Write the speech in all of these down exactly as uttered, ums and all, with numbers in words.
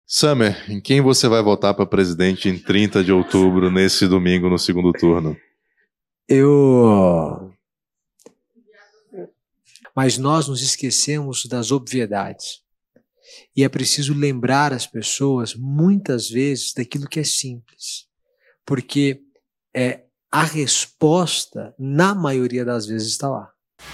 Summer, em quem você vai votar para presidente em trinta de outubro, nesse domingo, no segundo turno? Eu... Mas nós nos esquecemos das obviedades. E é preciso lembrar as pessoas, muitas vezes, daquilo que é simples. Porque é, a resposta, na maioria das vezes, está lá.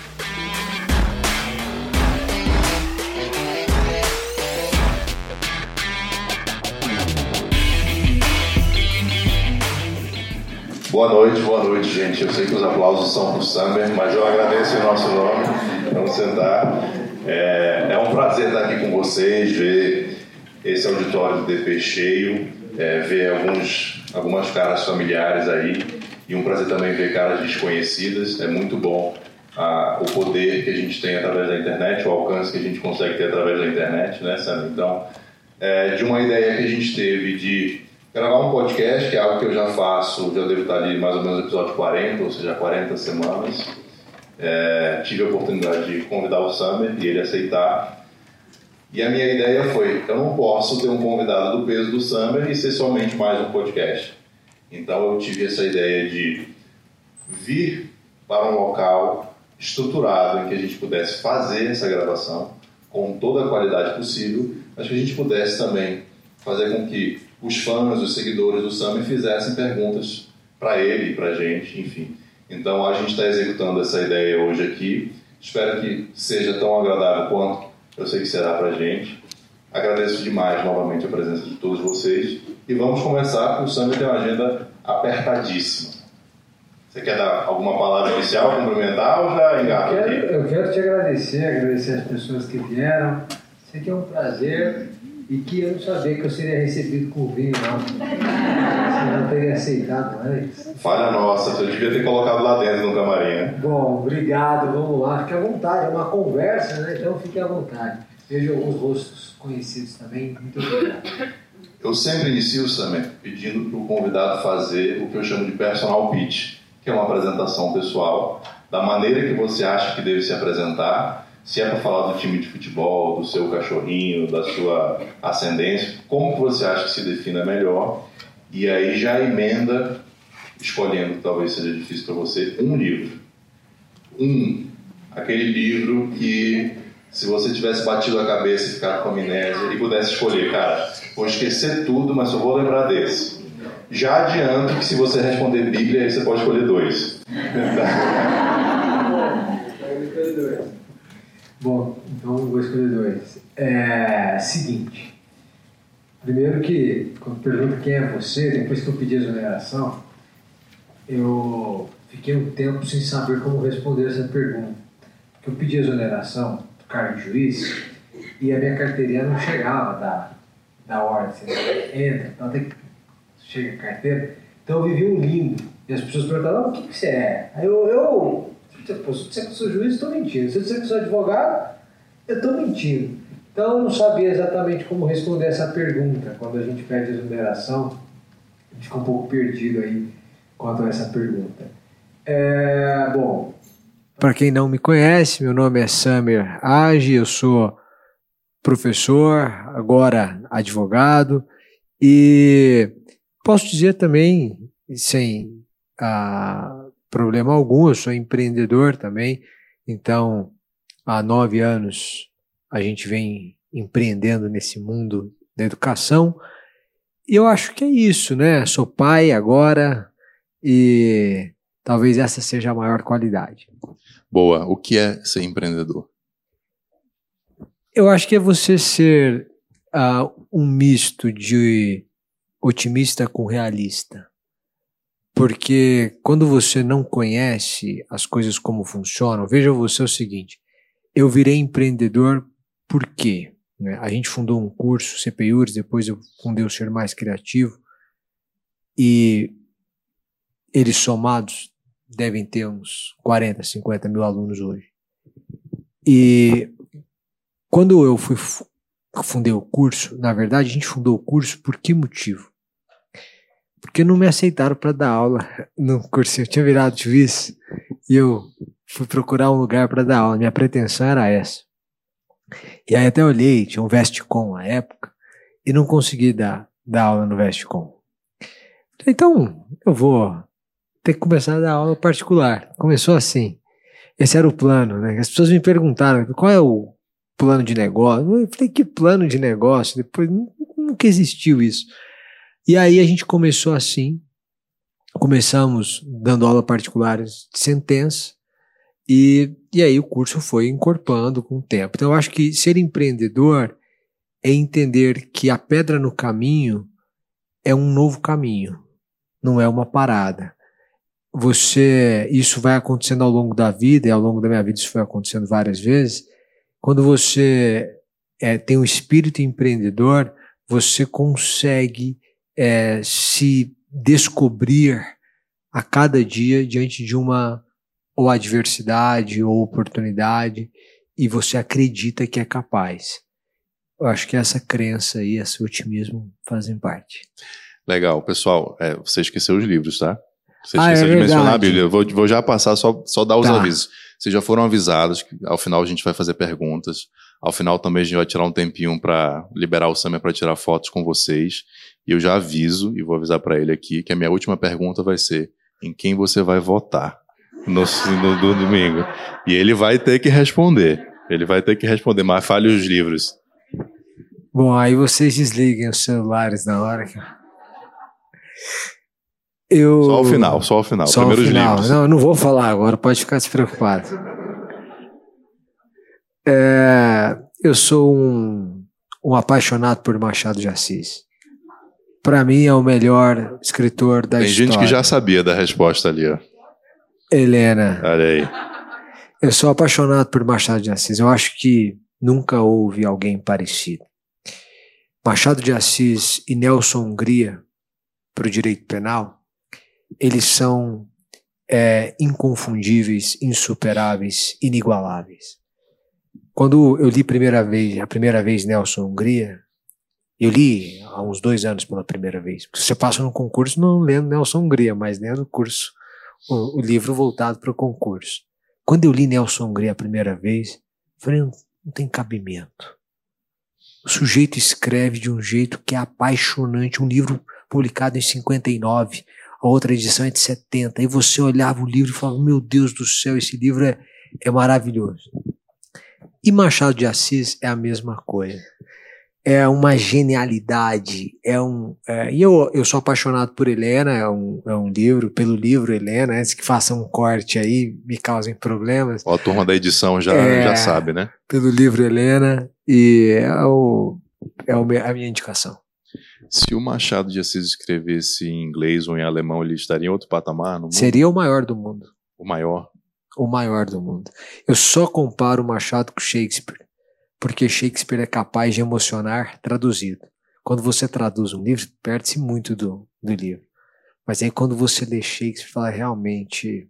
Boa noite, boa noite, gente. Eu sei que os aplausos são para o Summer, mas eu agradeço em nosso nome. Vamos sentar. É, é um prazer estar aqui com vocês, ver esse auditório do D P cheio, é, ver alguns, algumas caras familiares aí, e um prazer também ver caras desconhecidas. É muito bom ah, o poder que a gente tem através da internet, o alcance que a gente consegue ter através da internet, né, Summer? Então, é, de uma ideia que a gente teve de gravar um podcast, que é algo que eu já faço, já devo estar ali mais ou menos no episódio quarenta, ou seja, quarenta semanas. É, tive a oportunidade de convidar o Summer e ele aceitar. E a minha ideia foi, eu não posso ter um convidado do peso do Summer e ser somente mais um podcast. Então eu tive essa ideia de vir para um local estruturado em que a gente pudesse fazer essa gravação com toda a qualidade possível, mas que a gente pudesse também fazer com que os fãs, os seguidores do Summer fizessem perguntas para ele e para a gente, enfim. Então a gente está executando essa ideia hoje aqui. Espero que seja tão agradável quanto eu sei que será para a gente. Agradeço demais novamente a presença de todos vocês. E vamos começar, porque o Summer tem uma agenda apertadíssima. Você quer dar alguma palavra inicial, cumprimentar ou já engata eu, aqui? quero, eu quero te agradecer, agradecer as pessoas que vieram. Sei que é um prazer. E que eu não sabia que eu seria recebido com vinho, não. Você não teria aceitado antes. Falha nossa, eu devia ter colocado lá dentro no camarim, né? Bom, obrigado, vamos lá. Fique à vontade, é uma conversa, né? Então fique à vontade. Vejo alguns rostos conhecidos também. Muito obrigado. Eu sempre inicio, Summer, pedindo para o convidado fazer o que eu chamo de personal pitch, que é uma apresentação pessoal, da maneira que você acha que deve se apresentar. Se é para falar do time de futebol, do seu cachorrinho, da sua ascendência, como que você acha que se defina melhor? E aí já emenda, escolhendo, talvez seja difícil para você, um livro. Um, aquele livro que, se você tivesse batido a cabeça e ficado com amnésia e pudesse escolher, cara, vou esquecer tudo, mas só vou lembrar desse. Já adianto que se você responder Bíblia, aí você pode escolher dois. Bom, então eu vou escolher dois. É, seguinte. Primeiro que, quando pergunta quem é você, depois que eu pedi a exoneração, eu fiquei um tempo sem saber como responder essa pergunta. Porque eu pedi a exoneração do cargo de juiz e a minha carteirinha não chegava da, da ordem. Você entra, então tem que chega a carteira. Então eu vivi um limbo. E as pessoas perguntavam, o que, que você é? Aí eu... eu Se eu disser que eu sou juiz, estou mentindo. Se eu disser que eu sou advogado, eu estou mentindo. Então, eu não sabia exatamente como responder essa pergunta. Quando a gente pede exoneração, a gente fica um pouco perdido aí quanto a essa pergunta. É, bom, para quem não me conhece, meu nome é Summer Age, eu sou professor, agora advogado, e posso dizer também, sem a problema algum, eu sou empreendedor também, então há nove anos a gente vem empreendendo nesse mundo da educação e eu acho que é isso, né? Sou pai agora e talvez essa seja a maior qualidade. Boa. O que é ser empreendedor? Eu acho que é você ser uh, um misto de otimista com realista. Porque quando você não conhece as coisas como funcionam, veja você o seguinte, eu virei empreendedor por quê? Né? A gente fundou um curso, C P I U R S, depois eu fundei o Ser Mais Criativo, e eles somados devem ter uns quarenta, cinquenta mil alunos hoje. E quando eu fui fundei o curso, na verdade a gente fundou o curso por que motivo? Porque não me aceitaram para dar aula no curso. Eu tinha virado juiz e eu fui procurar um lugar para dar aula. Minha pretensão era essa. E aí até olhei, tinha um Vestcom na época, e não consegui dar, dar aula no Vestcom. Então, eu vou ter que começar a dar aula particular. Começou assim. Esse era o plano, né? As pessoas me perguntaram, qual é o plano de negócio? Eu falei, que plano de negócio? Depois, nunca existiu isso. E aí a gente começou assim. Começamos dando aula particulares de sentença. E, e aí o curso foi encorpando com o tempo. Então eu acho que ser empreendedor é entender que a pedra no caminho é um novo caminho, não é uma parada. Você, isso vai acontecendo ao longo da vida, e ao longo da minha vida isso foi acontecendo várias vezes. Quando você é, tem um espírito empreendedor, você consegue é, se descobrir a cada dia diante de uma ou adversidade ou oportunidade, e você acredita que é capaz. Eu acho que essa crença e esse otimismo fazem parte. Legal, pessoal, é, você esqueceu os livros, tá? Você Ah, esqueceu é de mencionar a verdade. Bíblia. Eu vou, vou já passar, só, só dar os Tá. avisos. Vocês já foram avisados que ao final a gente vai fazer perguntas. Ao final também a gente vai tirar um tempinho para liberar o Samir para tirar fotos com vocês. E eu já aviso, e vou avisar para ele aqui, que a minha última pergunta vai ser: em quem você vai votar no, no, no domingo? E ele vai ter que responder. Ele vai ter que responder, mas fale os livros. Bom, aí vocês desliguem os celulares na hora que... Eu... Só ao final, só ao final. Só Primeiro ao os final. livros. Não, eu não vou falar agora, pode ficar despreocupado. É, eu sou um, um apaixonado por Machado de Assis. Para mim é o melhor escritor da Tem história. gente que já sabia da resposta ali, ó. Helena. Olha aí. Eu sou apaixonado por Machado de Assis. Eu acho que nunca houve alguém parecido. Machado de Assis e Nelson Hungria, para o direito penal, eles são é, inconfundíveis, insuperáveis, inigualáveis. Quando eu li primeira vez, a primeira vez Nelson Hungria, eu li há uns dois anos pela primeira vez. Porque você passa no concurso não lendo Nelson Hungria, mas lendo o curso, o, o livro voltado para o concurso. Quando eu li Nelson Hungria a primeira vez, eu falei, não, não tem cabimento. O sujeito escreve de um jeito que é apaixonante. Um livro publicado em cinquenta e nove, a outra edição é de setenta. Aí você olhava o livro e falava, meu Deus do céu, esse livro é, é maravilhoso. E Machado de Assis é a mesma coisa. É uma genialidade. É um, é, e eu, eu sou apaixonado por Helena, é um, é um livro, pelo livro Helena. Antes que façam um corte aí, me causem problemas. Ó, a turma da edição já, É, já sabe, né? Pelo livro Helena, e é, o, é o, a minha indicação. Se o Machado de Assis escrevesse em inglês ou em alemão, ele estaria em outro patamar no mundo? Seria o maior do mundo. O maior? O maior do mundo. Eu só comparo o Machado com Shakespeare, porque Shakespeare é capaz de emocionar traduzido. Quando você traduz um livro, perde-se muito do, do livro. Mas aí quando você lê Shakespeare, fala, realmente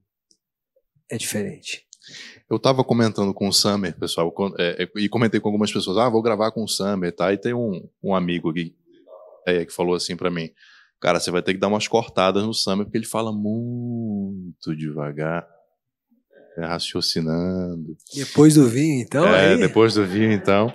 é diferente. Eu estava comentando com o Samir, pessoal, é, e comentei com algumas pessoas, ah, vou gravar com o Samir, tá? E tem um, um amigo aqui é, que falou assim para mim, cara, você vai ter que dar umas cortadas no Samir, porque ele fala muito devagar, é, raciocinando. Depois do vinho, então? É, aí... depois do vinho, então.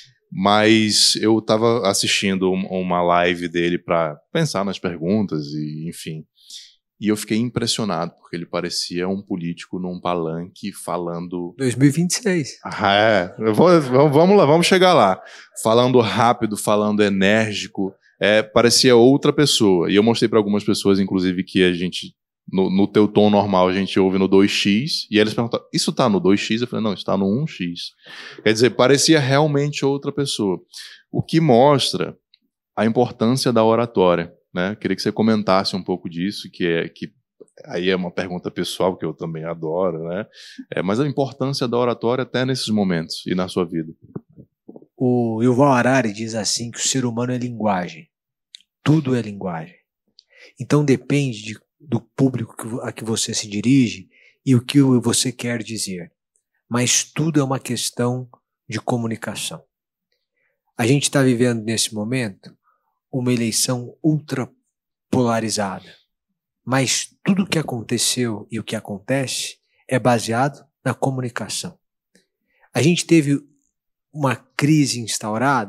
Mas eu estava assistindo uma live dele para pensar nas perguntas, e enfim. E eu fiquei impressionado, porque ele parecia um político num palanque falando... dois mil e vinte e seis. Ah, é, eu vou, vamos lá, vamos chegar lá. Falando rápido, falando enérgico, é, parecia outra pessoa. E eu mostrei para algumas pessoas, inclusive, que a gente, no, no teu tom normal, a gente ouve no dois x, e eles perguntaram, isso tá no dois x? Eu falei, não, isso tá no um x. Quer dizer, parecia realmente outra pessoa. O que mostra a importância da oratória. Né? Queria que você comentasse um pouco disso, que é que aí é uma pergunta pessoal que eu também adoro, né? É, mas a importância da oratória até nesses momentos e na sua vida. O Yuval Harari diz assim que o ser humano é linguagem, tudo é linguagem. Então depende de, do público a que você se dirige e o que você quer dizer. Mas tudo é uma questão de comunicação. A gente está vivendo nesse momento uma eleição ultra polarizada. Mas tudo o que aconteceu e o que acontece é baseado na comunicação. A gente teve uma crise instaurada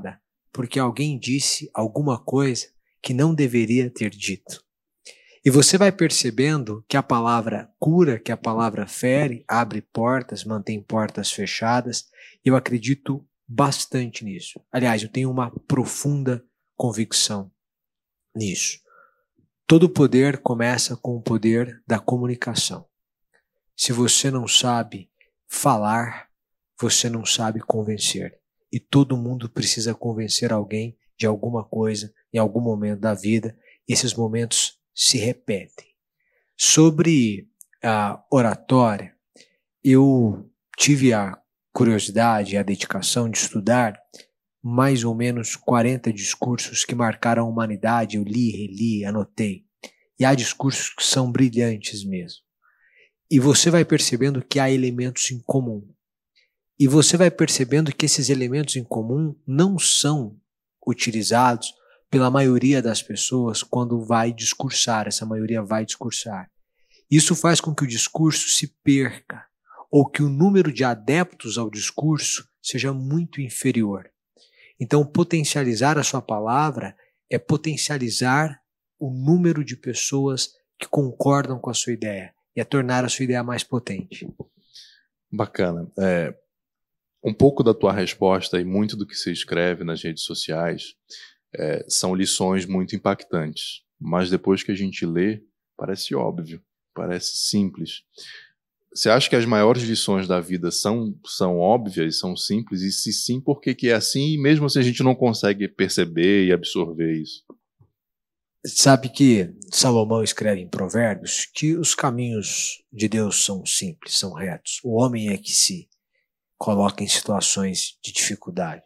porque alguém disse alguma coisa que não deveria ter dito. E você vai percebendo que a palavra cura, que a palavra fere, abre portas, mantém portas fechadas. Eu acredito bastante nisso. Aliás, eu tenho uma profunda convicção nisso. Todo poder começa com o poder da comunicação. Se você não sabe falar, você não sabe convencer. E todo mundo precisa convencer alguém de alguma coisa em algum momento da vida. E esses momentos se repetem. Sobre a oratória, eu tive a curiosidade e a dedicação de estudar mais ou menos quarenta discursos que marcaram a humanidade. Eu li, reli, anotei. E há discursos que são brilhantes mesmo. E você vai percebendo que há elementos em comum. E você vai percebendo que esses elementos em comum não são utilizados pela maioria das pessoas quando vai discursar. Essa maioria vai discursar. Isso faz com que o discurso se perca, ou que o número de adeptos ao discurso seja muito inferior. Então, potencializar a sua palavra é potencializar o número de pessoas que concordam com a sua ideia e é tornar a sua ideia mais potente. Bacana. É, um pouco da tua resposta e muito do que você escreve nas redes sociais é, são lições muito impactantes, mas depois que a gente lê, parece óbvio, parece simples. Você acha que as maiores lições da vida são, são óbvias, são simples? E se sim, por que que é assim? E mesmo assim a gente não consegue perceber e absorver isso? Sabe que Salomão escreve em Provérbios que os caminhos de Deus são simples, são retos. O homem é que se coloca em situações de dificuldade.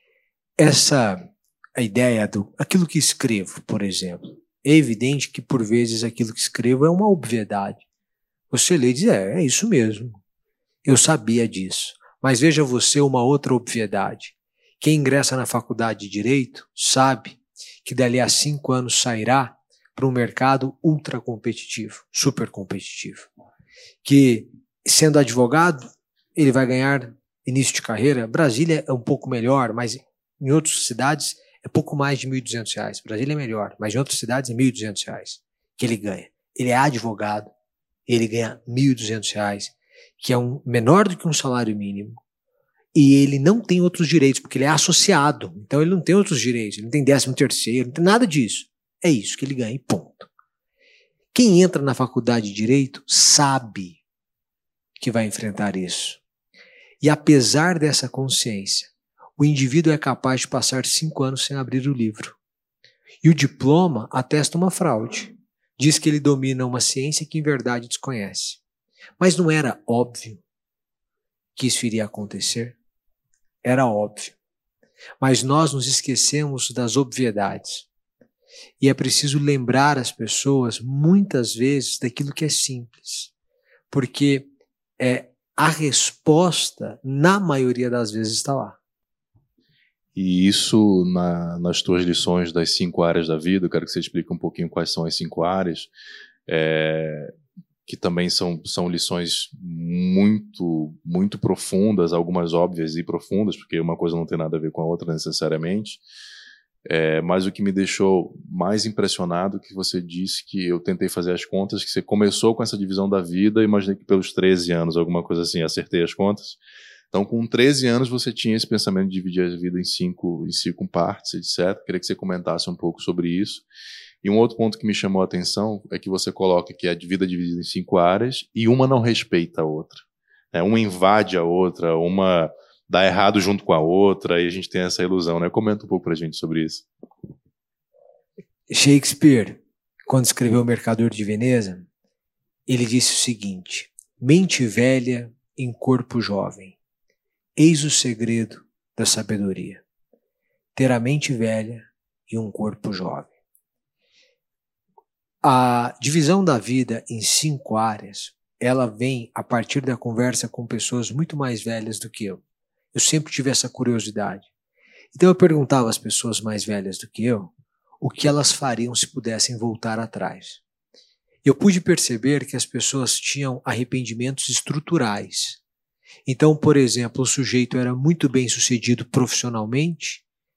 Essa a ideia do aquilo que escrevo, por exemplo. É evidente que por vezes aquilo que escrevo é uma obviedade. Você lê e diz, é, é isso mesmo. Eu sabia disso. Mas veja você uma outra obviedade. Quem ingressa na faculdade de Direito sabe que dali a cinco anos sairá para um mercado ultra competitivo, super competitivo. Que, sendo advogado, ele vai ganhar início de carreira. Brasília é um pouco melhor, mas em outras cidades é pouco mais de mil e duzentos reais. Brasília é melhor, mas em outras cidades é mil e duzentos reais que ele ganha. Ele é advogado, ele ganha mil e duzentos reais, que é um, menor do que um salário mínimo. E ele não tem outros direitos, porque ele é associado. Então ele não tem outros direitos, ele não tem décimo terceiro, não tem nada disso. É isso que ele ganha e ponto. Quem entra na faculdade de Direito sabe que vai enfrentar isso. E apesar dessa consciência, o indivíduo é capaz de passar cinco anos sem abrir o livro. E o diploma atesta uma fraude. Diz que ele domina uma ciência que em verdade desconhece. Mas não era óbvio que isso iria acontecer? Era óbvio. Mas nós nos esquecemos das obviedades. E é preciso lembrar as pessoas, muitas vezes, daquilo que é simples. Porque é, a resposta, na maioria das vezes, está lá. E isso, na, nas tuas lições das cinco áreas da vida, eu quero que você explique um pouquinho quais são as cinco áreas, é, que também são, são lições muito, muito profundas, algumas óbvias e profundas, porque uma coisa não tem nada a ver com a outra necessariamente. É, mas o que me deixou mais impressionado, que você disse que eu tentei fazer as contas, que você começou com essa divisão da vida, imaginei que pelos treze anos, alguma coisa assim, acertei as contas. Então, com treze anos, você tinha esse pensamento de dividir a vida em cinco, em cinco partes, etcétera. Queria que você comentasse um pouco sobre isso. E um outro ponto que me chamou a atenção é que você coloca que a vida é dividida em cinco áreas e uma não respeita a outra. É, uma invade a outra, uma dá errado junto com a outra, e a gente tem essa ilusão, né? Comenta um pouco pra gente sobre isso. Shakespeare, quando escreveu O Mercador de Veneza, ele disse o seguinte: mente velha em corpo jovem. Eis o segredo da sabedoria. Ter a mente velha e um corpo jovem. A divisão da vida em cinco áreas, ela vem a partir da conversa com pessoas muito mais velhas do que eu. Eu sempre tive essa curiosidade. Então eu perguntava às pessoas mais velhas do que eu o que elas fariam se pudessem voltar atrás. Eu pude perceber que as pessoas tinham arrependimentos estruturais. Então, por exemplo, o sujeito era muito bem sucedido profissionalmente,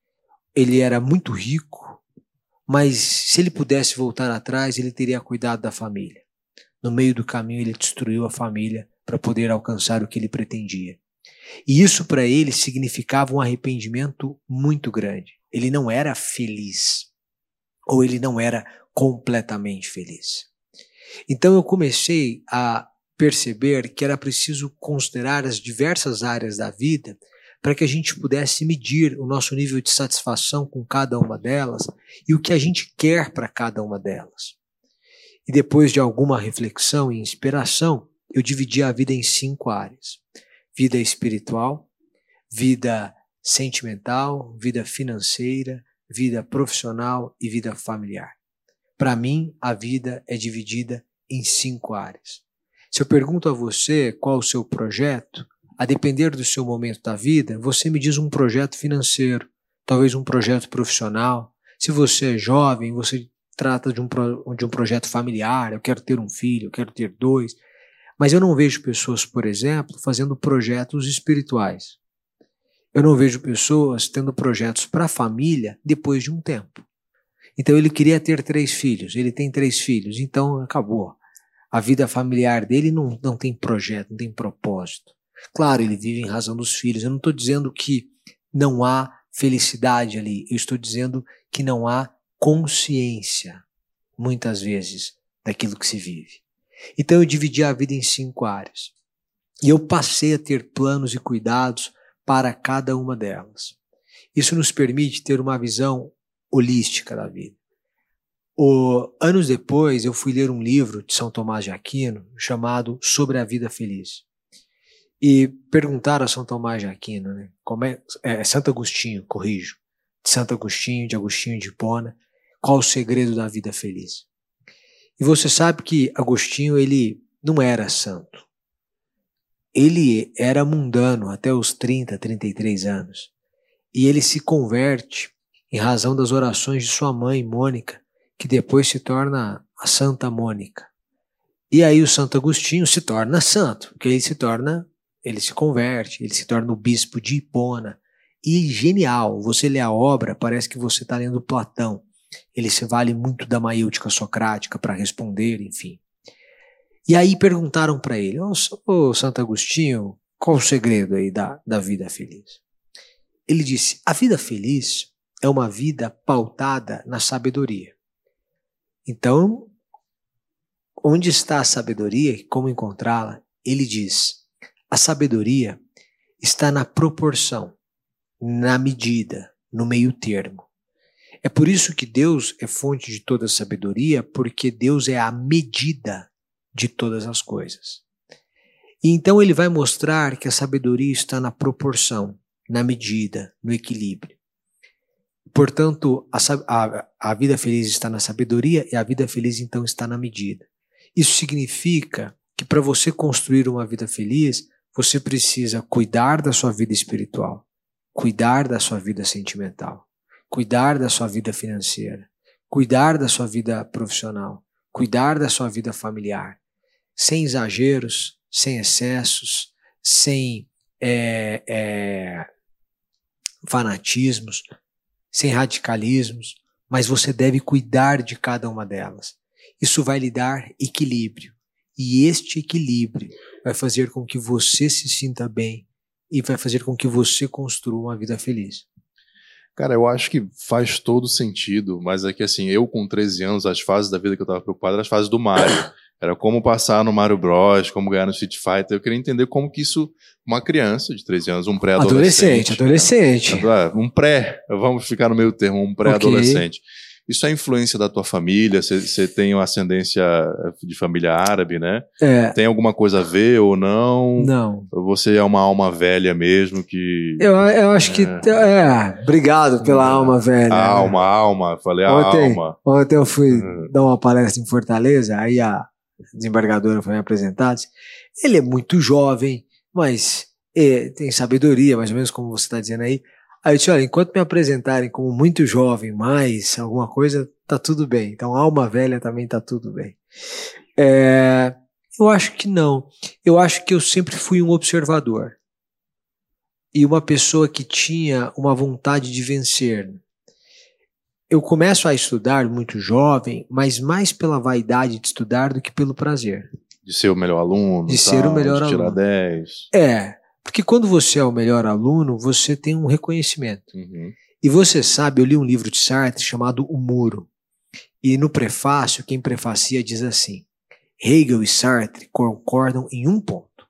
ele era muito rico, mas se ele pudesse voltar atrás, ele teria cuidado da família. No meio do caminho, ele destruiu a família para poder alcançar o que ele pretendia. E isso para ele significava um arrependimento muito grande. Ele não era feliz, ou ele não era completamente feliz. Então eu comecei a perceber que era preciso considerar as diversas áreas da vida para que a gente pudesse medir o nosso nível de satisfação com cada uma delas e o que a gente quer para cada uma delas. E depois de alguma reflexão e inspiração, eu dividi a vida em cinco áreas. Vida espiritual, vida sentimental, vida financeira, vida profissional e vida familiar. Para mim, a vida é dividida em cinco áreas. Se eu pergunto a você qual o seu projeto, a depender do seu momento da vida, você me diz um projeto financeiro, talvez um projeto profissional. Se você é jovem, você trata de um, pro, de um projeto familiar, eu quero ter um filho, eu quero ter dois. Mas eu não vejo pessoas, por exemplo, fazendo projetos espirituais. Eu não vejo pessoas tendo projetos para a família depois de um tempo. Então ele queria ter três filhos, ele tem três filhos, então acabou. A vida familiar dele não, não tem projeto, não tem propósito. Claro, ele vive em razão dos filhos. Eu não estou dizendo que não há felicidade ali, eu estou dizendo que não há consciência, muitas vezes, daquilo que se vive. Então eu dividi a vida em cinco áreas. E eu passei a ter planos e cuidados para cada uma delas. Isso nos permite ter uma visão holística da vida. O, anos depois, eu fui ler um livro de São Tomás de Aquino chamado Sobre a Vida Feliz. E perguntaram a São Tomás de Aquino, né, como é, é Santo Agostinho, corrijo, de Santo Agostinho, de Agostinho de Hipona, qual o segredo da vida feliz. E você sabe que Agostinho, ele não era santo. Ele era mundano até os trinta, trinta e três anos. E ele se converte em razão das orações de sua mãe, Mônica, que depois se torna a Santa Mônica. E aí o Santo Agostinho se torna santo, porque ele se torna, ele se converte, ele se torna o bispo de Hipona. E genial, você lê a obra, parece que você está lendo Platão. Ele se vale muito da maiêutica socrática para responder, enfim. E aí perguntaram para ele, ô oh, Santo Agostinho, qual o segredo aí da, da vida feliz? Ele disse, a vida feliz é uma vida pautada na sabedoria. Então, onde está a sabedoria e como encontrá-la? Ele diz, a sabedoria está na proporção, na medida, no meio termo. É por isso que Deus é fonte de toda sabedoria, porque Deus é a medida de todas as coisas. E então ele vai mostrar que a sabedoria está na proporção, na medida, no equilíbrio. Portanto, a, a, a vida feliz está na sabedoria e a vida feliz então está na medida. Isso significa que para você construir uma vida feliz, você precisa cuidar da sua vida espiritual, cuidar da sua vida sentimental, cuidar da sua vida financeira, cuidar da sua vida profissional, cuidar da sua vida familiar, sem exageros, sem excessos, sem é, é, fanatismos, sem radicalismos, mas você deve cuidar de cada uma delas. Isso vai lhe dar equilíbrio, e este equilíbrio vai fazer com que você se sinta bem e vai fazer com que você construa uma vida feliz. Cara, eu acho que faz todo sentido, mas é que assim, eu com treze anos, as fases da vida que eu estava preocupado eram as fases do Mario. Era como passar no Mario Bros, como ganhar no Street Fighter. Eu queria entender como que isso, uma criança de treze anos, um pré-adolescente... Adolescente, adolescente. Né? Um pré, vamos ficar no meio termo, um pré-adolescente. Okay. Isso é influência da tua família? Você tem uma ascendência de família árabe, né? É. Tem alguma coisa a ver ou não? Não. Ou você é uma alma velha mesmo que... Eu, eu acho é. que... É, obrigado pela é. alma velha. A alma, a alma. Falei a ontem, alma. Ontem eu fui uhum. dar uma palestra em Fortaleza, aí a desembargadora foi me apresentar, disse, ele é muito jovem, mas é, tem sabedoria, mais ou menos como você está dizendo aí. Aí eu disse, olha, enquanto me apresentarem como muito jovem, mais alguma coisa, tá tudo bem. Então, alma velha também tá tudo bem. É, eu acho que não. Eu acho que eu sempre fui um observador. E uma pessoa que tinha uma vontade de vencer. eu começo a estudar muito jovem, mas mais pela vaidade de estudar do que pelo prazer. De ser o melhor aluno, De tal, ser o melhor de tirar aluno. dez. É, porque quando você é o melhor aluno, você tem um reconhecimento. Uhum. E você sabe, eu li um livro de Sartre chamado O Muro. E no prefácio, quem prefacia diz assim: Hegel e Sartre concordam em um ponto.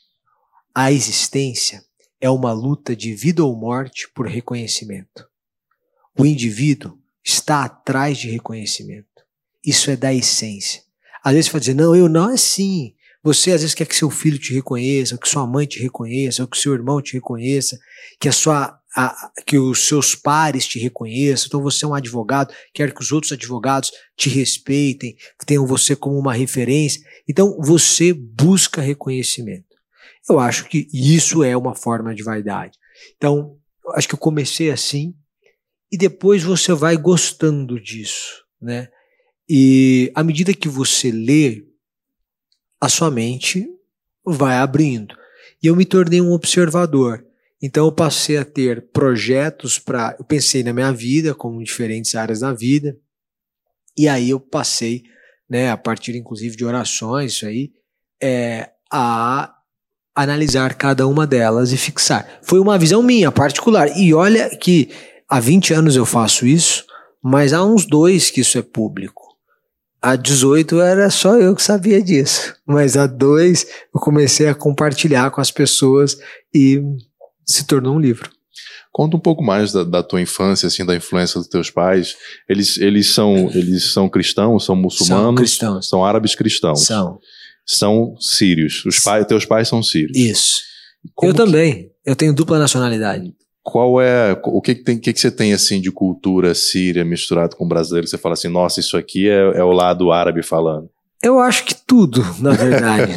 A existência é uma luta de vida ou morte por reconhecimento. O indivíduo está atrás de reconhecimento. Isso é da essência. Às vezes você vai dizer, não, eu não, é assim. Você às vezes quer que seu filho te reconheça, ou que sua mãe te reconheça, ou que seu irmão te reconheça, que, a sua, a, que os seus pares te reconheçam. Então você é um advogado, quer que os outros advogados te respeitem, que tenham você como uma referência. Então você busca reconhecimento. Eu acho que isso é uma forma de vaidade. Então, eu acho que eu comecei assim, e depois você vai gostando disso, né? E à medida que você lê, a sua mente vai abrindo. E eu me tornei um observador. Então eu passei a ter projetos para... Eu pensei na minha vida, como em diferentes áreas da vida, e aí eu passei, né, a partir inclusive de orações, isso aí, é, a analisar cada uma delas e fixar. Foi uma visão minha, particular. E olha que há vinte anos eu faço isso, mas há uns dois que isso é público. Há dezoito era só eu que sabia disso, mas há dois eu comecei a compartilhar com as pessoas e se tornou um livro. Conta um pouco mais da, da tua infância, assim, da influência dos teus pais. Eles, eles, são, eles são cristãos, são muçulmanos? São cristãos. São árabes cristãos? São. São sírios. Os pais, teus pais são sírios? Isso. Como eu que, também. Eu tenho dupla nacionalidade. Qual é, o que que, tem, que que você tem assim de cultura síria misturado com brasileiro que você fala assim, nossa, isso aqui é, é o lado árabe falando? Eu acho que tudo, na verdade.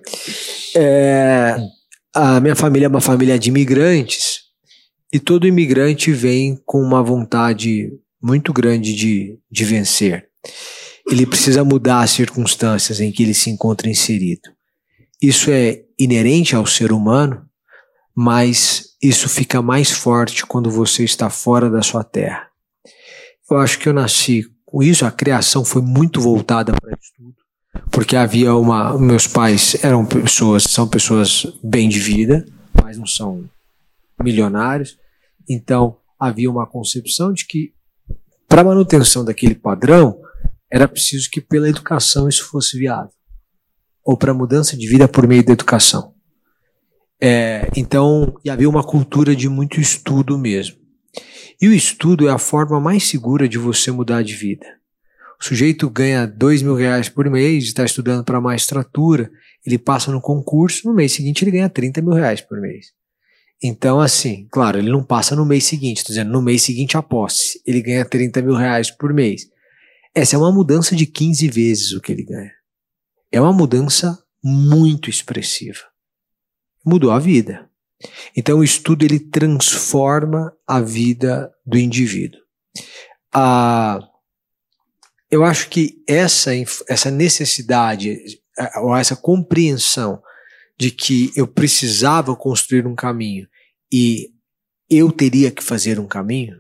é, a minha família é uma família de imigrantes e todo imigrante vem com uma vontade muito grande de, de vencer. Ele precisa mudar as circunstâncias em que ele se encontra inserido. Isso é inerente ao ser humano, mas isso fica mais forte quando você está fora da sua terra. Eu acho que eu nasci com isso, a criação foi muito voltada para estudo, porque havia uma... Meus pais eram pessoas, são pessoas bem de vida, mas não são milionários, então havia uma concepção de que para a manutenção daquele padrão era preciso que pela educação isso fosse viável, ou para a mudança de vida por meio da educação. É, então, e havia uma cultura de muito estudo mesmo. E o estudo é a forma mais segura de você mudar de vida. O sujeito ganha dois mil reais por mês, está estudando para magistratura, ele passa no concurso, no mês seguinte ele ganha trinta mil reais por mês. Então, assim, claro, ele não passa no mês seguinte, estou dizendo, no mês seguinte a posse, ele ganha trinta mil reais por mês. Essa é uma mudança de quinze vezes o que ele ganha. É uma mudança muito expressiva. Mudou a vida. Então o estudo ele transforma a vida do indivíduo. Ah, eu acho que essa, essa necessidade, ou essa compreensão de que eu precisava construir um caminho e eu teria que fazer um caminho,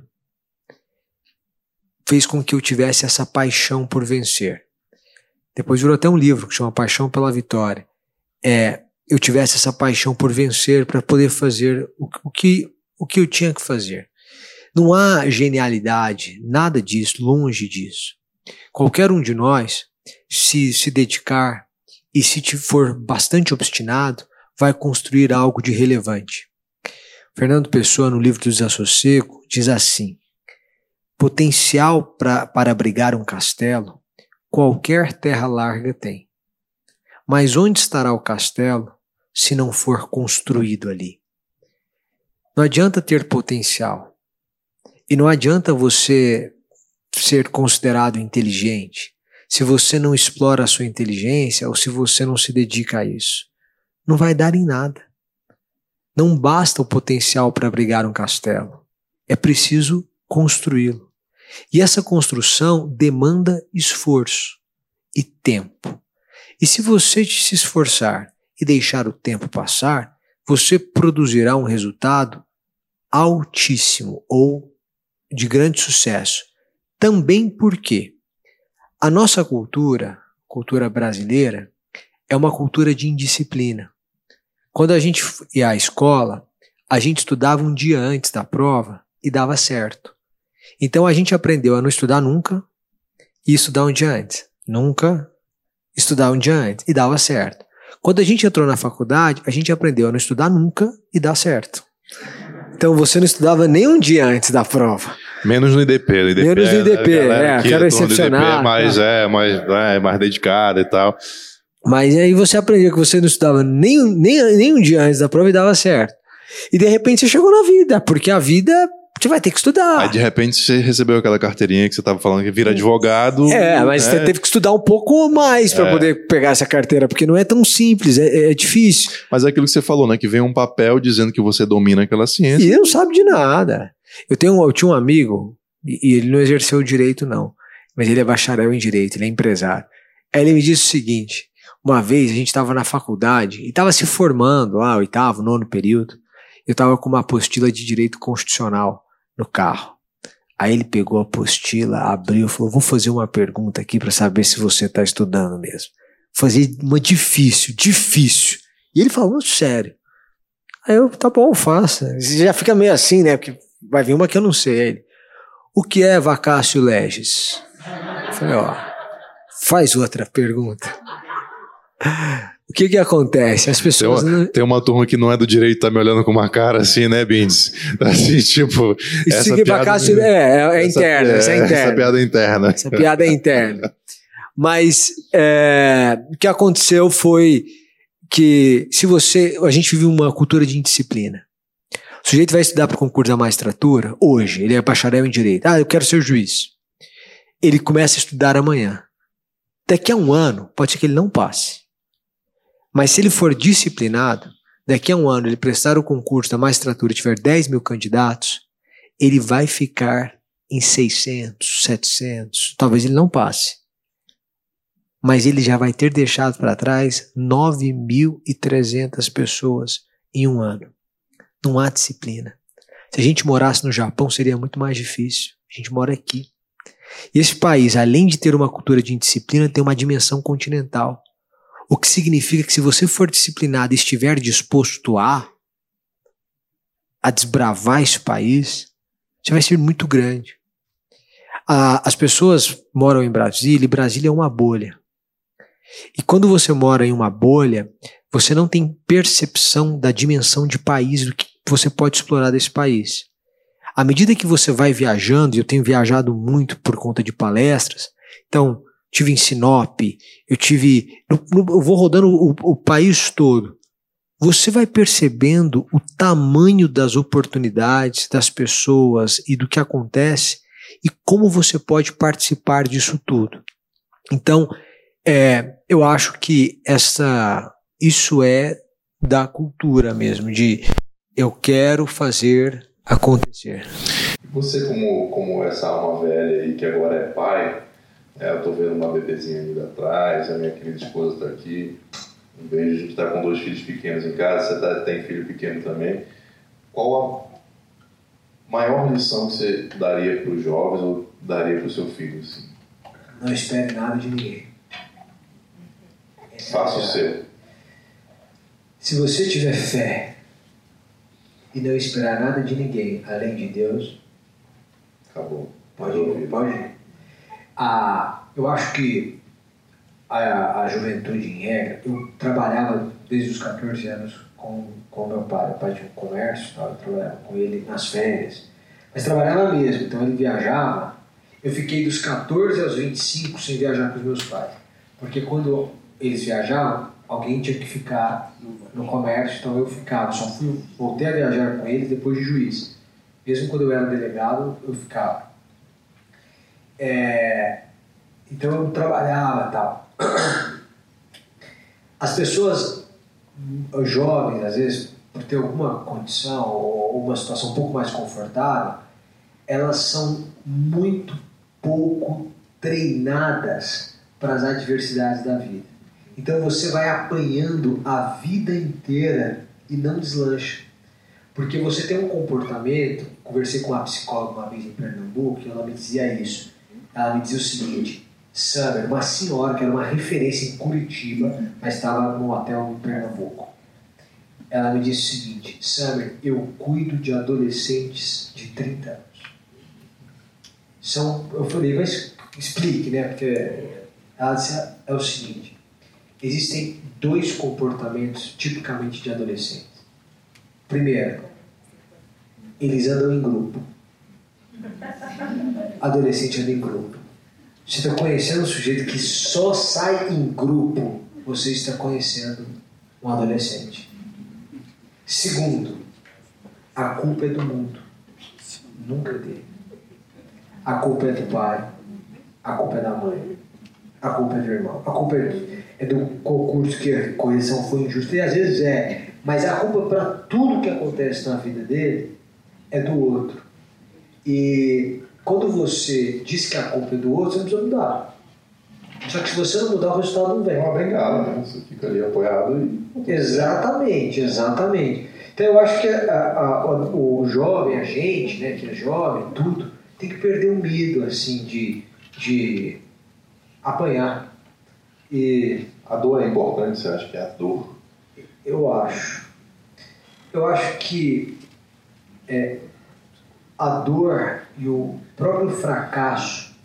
fez com que eu tivesse essa paixão por vencer. Depois virou até um livro que chama Paixão pela Vitória. É, eu tivesse essa paixão por vencer para poder fazer o, o, que, o que eu tinha que fazer. Não há genialidade, nada disso, longe disso. Qualquer um de nós, se se dedicar e se for bastante obstinado, vai construir algo de relevante. Fernando Pessoa, no livro do Desassossego, diz assim: potencial pra, para abrigar um castelo, qualquer terra larga tem. Mas onde estará o castelo se não for construído ali? Não adianta ter potencial. E não adianta você ser considerado inteligente se você não explora a sua inteligência ou se você não se dedica a isso. Não vai dar em nada. Não basta o potencial para abrigar um castelo. É preciso construí-lo. E essa construção demanda esforço e tempo. E se você se esforçar e deixar o tempo passar, você produzirá um resultado altíssimo ou de grande sucesso, Também porque a nossa cultura, cultura brasileira, é uma cultura de indisciplina. Quando a gente ia à escola, a gente estudava um dia antes da prova e dava certo. Então a gente aprendeu a não estudar nunca e estudar um dia antes. Nunca estudar um dia antes e dava certo. Quando a gente entrou na faculdade, a gente aprendeu a não estudar nunca e dar certo. Então você não estudava nem um dia antes da prova. Menos no I D P. No I D P Menos no I D P, é, quero excepcionar. É mais, é, mais, é, mais dedicado e tal. Mas aí você aprendia que você não estudava nem, nem, nem um dia antes da prova e dava certo. E de repente você chegou na vida, porque a vida você vai ter que estudar. Aí de repente você recebeu aquela carteirinha que você estava falando que vira advogado. É, mas né? Você teve que estudar um pouco mais para é. poder pegar essa carteira, porque não é tão simples, é, é difícil. Mas é aquilo que você falou, né? Que vem um papel dizendo que você domina aquela ciência. E ele não sabe de nada. Eu, tenho, eu tinha um amigo, e ele não exerceu o direito não, mas ele é bacharel em direito, ele é empresário. Aí ele me disse o seguinte, uma vez a gente estava na faculdade e estava se formando lá, oitavo, nono período, eu estava com uma apostila de direito constitucional no carro. Aí ele pegou a apostila, abriu e falou, vou fazer uma pergunta aqui para saber se você está estudando mesmo. Fazer uma difícil, difícil. E ele falou, sério. Aí eu, tá bom, faça. Já fica meio assim, né? Porque vai vir uma que eu não sei. Ele, o que é vacatio legis? Eu falei, ó, faz outra pergunta. O que que acontece? As pessoas... Tem uma, não... tem uma turma que não é do direito, tá me olhando com uma cara assim, né, Bindes? Assim, tipo... Isso essa piada... Vacatio, é, é, é interna, essa, é, essa é interna. Essa piada é interna. Essa piada é interna. Mas é, o que aconteceu foi que se você... A gente vive uma cultura de indisciplina. O sujeito vai estudar para o concurso da magistratura hoje, ele é bacharel em direito. Ah, eu quero ser juiz. Ele começa a estudar amanhã. Daqui a um ano, pode ser que ele não passe. Mas se ele for disciplinado, daqui a um ano ele prestar o concurso da magistratura e tiver dez mil candidatos, ele vai ficar em seiscentos, setecentos, talvez ele não passe. Mas ele já vai ter deixado para trás nove mil e trezentas pessoas em um ano. Não há disciplina. Se a gente morasse no Japão seria muito mais difícil. A gente mora aqui. E esse país, além de ter uma cultura de indisciplina, tem uma dimensão continental. O que significa que se você for disciplinado e estiver disposto a, a desbravar esse país, você vai ser muito grande. Ah, as pessoas moram em Brasília e Brasília é uma bolha. E quando você mora em uma bolha, você não tem percepção da dimensão de país, do que você pode explorar desse país. À medida que você vai viajando, e eu tenho viajado muito por conta de palestras, então... Tive em Sinop, eu tive... No, no, eu vou rodando o, o país todo. Você vai percebendo o tamanho das oportunidades, das pessoas e do que acontece e como você pode participar disso tudo. Então, é, eu acho que essa, isso é da cultura mesmo, de eu quero fazer acontecer. Você como, como essa alma velha aí que agora é pai... É, eu tô vendo uma bebezinha ali atrás, a minha querida esposa tá aqui. Um beijo, a gente tá com dois filhos pequenos em casa, você tá, tem filho pequeno também. Qual a maior lição que você daria para os jovens ou daria para o seu filho? Assim? Não espere nada de ninguém. Faça o seu. Se você tiver fé e não esperar nada de ninguém além de Deus, acabou. Pode ir, pode ir. Ah, eu acho que a, a juventude em regra, eu trabalhava desde os catorze anos com, com meu pai, meu pai tinha um comércio, eu trabalhava com ele nas férias, mas trabalhava mesmo, então ele viajava, eu fiquei dos catorze aos vinte e cinco sem viajar com os meus pais, porque quando eles viajavam, alguém tinha que ficar no, no comércio, então eu ficava, só fui, voltei a viajar com eles depois de juiz, mesmo quando eu era delegado, eu ficava. É, então eu trabalhava e tal. As pessoas, os jovens, às vezes, por ter alguma condição ou uma situação um pouco mais confortável, elas são muito pouco treinadas para as adversidades da vida. Então você vai apanhando a vida inteira e não deslancha. Porque você tem um comportamento, conversei com uma psicóloga uma vez em Pernambuco, e ela me dizia isso. ela me dizia o seguinte: Summer, uma senhora que era uma referência em Curitiba, mas estava num hotel em Pernambuco. Ela me disse o seguinte: Summer, eu cuido de adolescentes de trinta anos. São, eu falei, mas explique, né? Porque ela disse, é o seguinte: existem dois comportamentos tipicamente de adolescentes. Primeiro, eles andam em grupo. Adolescente anda em grupo. Você está conhecendo um sujeito que só sai em grupo, você está conhecendo um adolescente. Segundo, a culpa é do mundo, nunca é dele. A culpa é do pai, a culpa é da mãe, a culpa é do irmão, a culpa é do concurso que a correção foi injusta, e às vezes é, mas a culpa para tudo que acontece na vida dele é do outro. E quando você diz que a culpa é do outro, você não precisa mudar. Só que se você não mudar, o resultado não vem. É uma bengala, né? Você fica ali apoiado e... Exatamente, exatamente. Então eu acho que a, a, a, o jovem, a gente, né, que é jovem, tudo, tem que perder o medo, assim, de, de apanhar. E a dor é importante, você acha que é a dor? Eu acho. Eu acho que é, a dor e o próprio fracasso,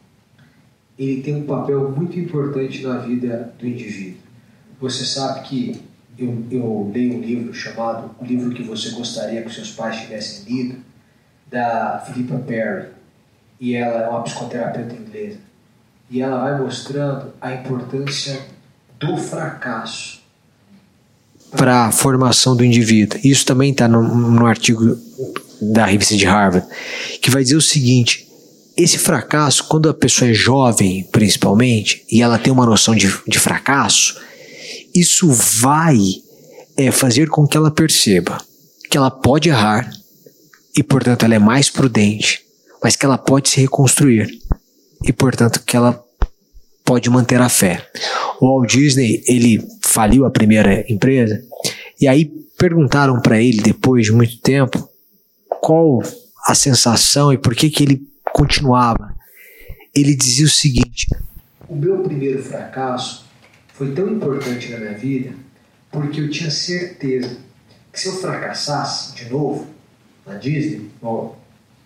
ele tem um papel muito importante na vida do indivíduo. Você sabe que eu, eu leio um livro chamado O Livro que Você Gostaria que Seus Pais Tivessem Lido, da Philippa Perry, e ela é uma psicoterapeuta inglesa, e ela vai mostrando a importância do fracasso para a formação do indivíduo. Isso também está no, no artigo da revista de Harvard, que vai dizer o seguinte: esse fracasso, quando a pessoa é jovem, principalmente, e ela tem uma noção de, de fracasso, isso vai é, fazer com que ela perceba que ela pode errar e, portanto, ela é mais prudente, mas que ela pode se reconstruir e, portanto, que ela pode manter a fé. O Walt Disney, ele faliu a primeira empresa, e aí perguntaram para ele, depois de muito tempo, qual a sensação e por que que ele continuava. Ele dizia o seguinte: o meu primeiro fracasso foi tão importante na minha vida porque eu tinha certeza que se eu fracassasse de novo na Disney, bom,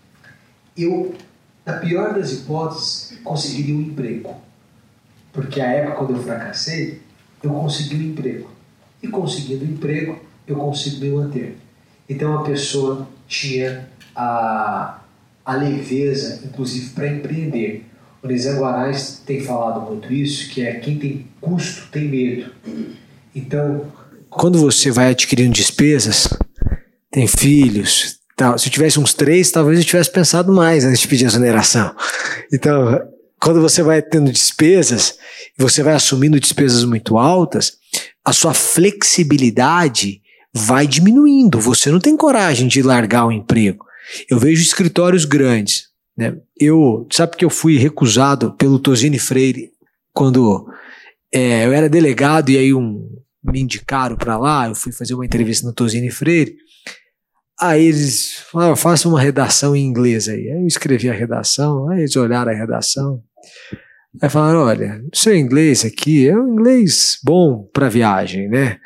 eu, na pior das hipóteses, conseguiria um emprego. Porque a época quando eu fracassei, eu consegui um emprego. E conseguindo um emprego, eu consigo me manter. Então a pessoa tinha a, a leveza, inclusive, para empreender. O Nizam Guanais tem falado muito isso, que é quem tem custo tem medo. Então, quando você vai adquirindo despesas, tem filhos, tal, se eu tivesse uns três, talvez eu tivesse pensado mais antes de pedir exoneração. Então, quando você vai tendo despesas, você vai assumindo despesas muito altas, a sua flexibilidade vai diminuindo. Você não tem coragem de largar o emprego. Eu vejo escritórios grandes, né? Eu, sabe que eu fui recusado pelo Tosini Freire quando é, eu era delegado, e aí um, me indicaram para lá, eu fui fazer uma entrevista no Tosini Freire. Aí eles falaram: faça uma redação em inglês aí. Aí eu escrevi a redação, aí eles olharam a redação. Aí falaram: olha, o seu inglês aqui é um inglês bom para viagem, né?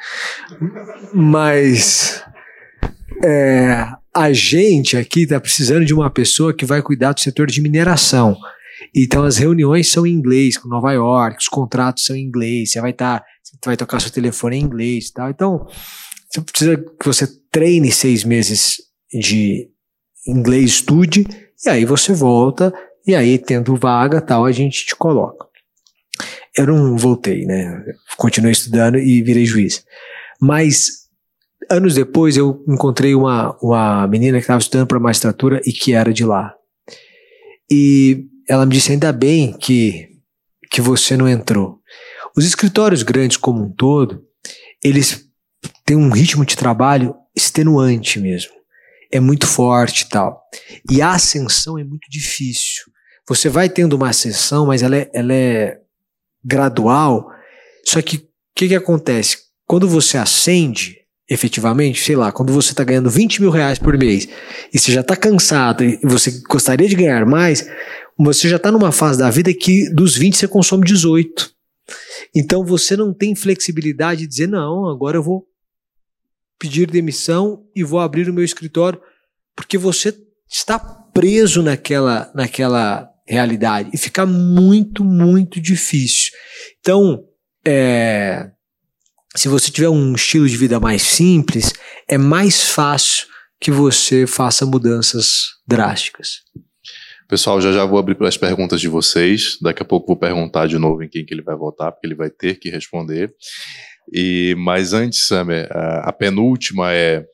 Mas é, a gente aqui está precisando de uma pessoa que vai cuidar do setor de mineração. Então as reuniões são em inglês com Nova York, os contratos são em inglês, você vai estar, você vai tocar seu telefone em inglês e tal. Então você precisa que você treine seis meses de inglês, estude, e aí você volta, e aí, tendo vaga, tal, a gente te coloca. Eu não voltei, né? Continuei estudando e virei juiz. Mas, anos depois, eu encontrei uma, uma menina que estava estudando para magistratura e que era de lá. E ela me disse: ainda bem que, que você não entrou. Os escritórios grandes como um todo, eles têm um ritmo de trabalho extenuante mesmo. É muito forte e tal. E a ascensão é muito difícil. Você vai tendo uma ascensão, mas ela é, ela é gradual. Só que o que, que acontece? Quando você ascende, efetivamente, sei lá, quando você está ganhando vinte mil reais por mês e você já está cansado e você gostaria de ganhar mais, você já está numa fase da vida que dos vinte você consome dezoito. Então você não tem flexibilidade de dizer, não, agora eu vou pedir demissão e vou abrir o meu escritório, porque você está preso naquela, naquela realidade e fica muito, muito difícil. Então, é, se você tiver um estilo de vida mais simples, é mais fácil que você faça mudanças drásticas. Pessoal, já já vou abrir para as perguntas de vocês. Daqui a pouco vou perguntar de novo em quem que ele vai votar, porque ele vai ter que responder. E, mas antes, Samer, a, a penúltima é...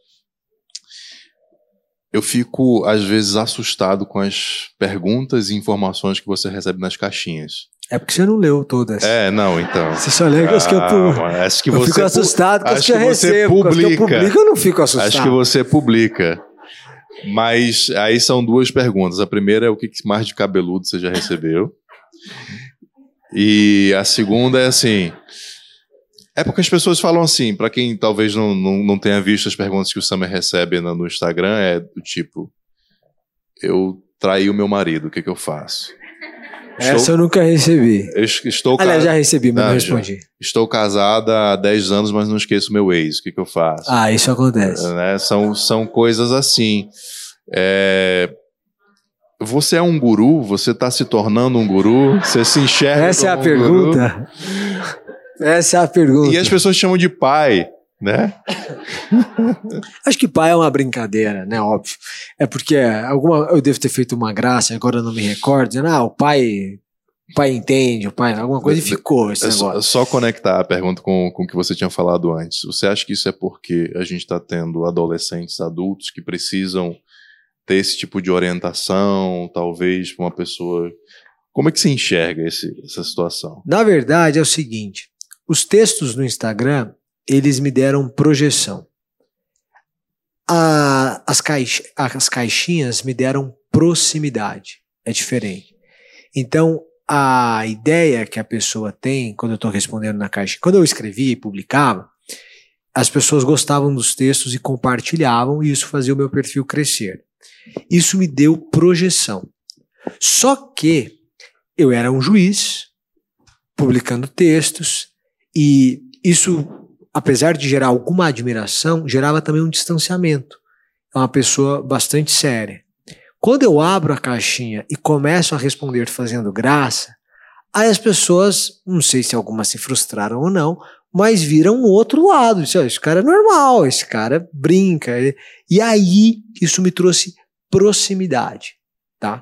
Eu fico, às vezes, assustado com as perguntas e informações que você recebe nas caixinhas. É porque você não leu todas. É, não, então. Você só lê as que eu publico. Ah, acho que eu você fico assustado com as que, que eu recebo. Publica. Com as que eu publico, eu não fico assustado. Acho que você publica. Mas aí são duas perguntas. A primeira é o que mais de cabeludo você já recebeu. E a segunda é assim... É porque as pessoas falam assim, para quem talvez não, não, não tenha visto as perguntas que o Samer recebe no, no Instagram, é do tipo, eu traí o meu marido, o que, que eu faço? Essa estou, eu nunca recebi. Eu estou Aliás, já recebi, mas não, não Já. respondi. Estou casada há dez anos, mas não esqueço meu ex, o que, que eu faço? Ah, isso acontece. É, né? São, são coisas assim. É... Você é um guru? Você está se tornando um guru? Você se enxerga Essa é a um pergunta. Guru? Essa é a pergunta. E as pessoas chamam de pai, né? Acho que pai é uma brincadeira, né? Óbvio. É porque alguma, eu devo ter feito uma graça, agora eu não me recordo, dizendo, ah, o pai, o pai entende, o pai, alguma coisa e ficou esse é negócio. Só, só conectar a pergunta com, com o que você tinha falado antes. Você acha que isso é porque a gente está tendo adolescentes, adultos que precisam ter esse tipo de orientação, talvez para uma pessoa... Como é que se enxerga esse, essa situação? Na verdade é o seguinte, os textos no Instagram, eles me deram projeção. A, as, caix, as caixinhas me deram proximidade. É diferente. Então, a ideia que a pessoa tem, quando eu estou respondendo na caixa, quando eu escrevia e publicava, as pessoas gostavam dos textos e compartilhavam, e isso fazia o meu perfil crescer. Isso me deu projeção. Só que eu era um juiz, publicando textos, e isso, apesar de gerar alguma admiração, gerava também um distanciamento. É uma pessoa bastante séria. Quando eu abro a caixinha e começo a responder fazendo graça, aí as pessoas, não sei se algumas se frustraram ou não, mas viram o outro lado. Disse, oh, esse cara é normal, esse cara brinca. E aí isso me trouxe proximidade, tá?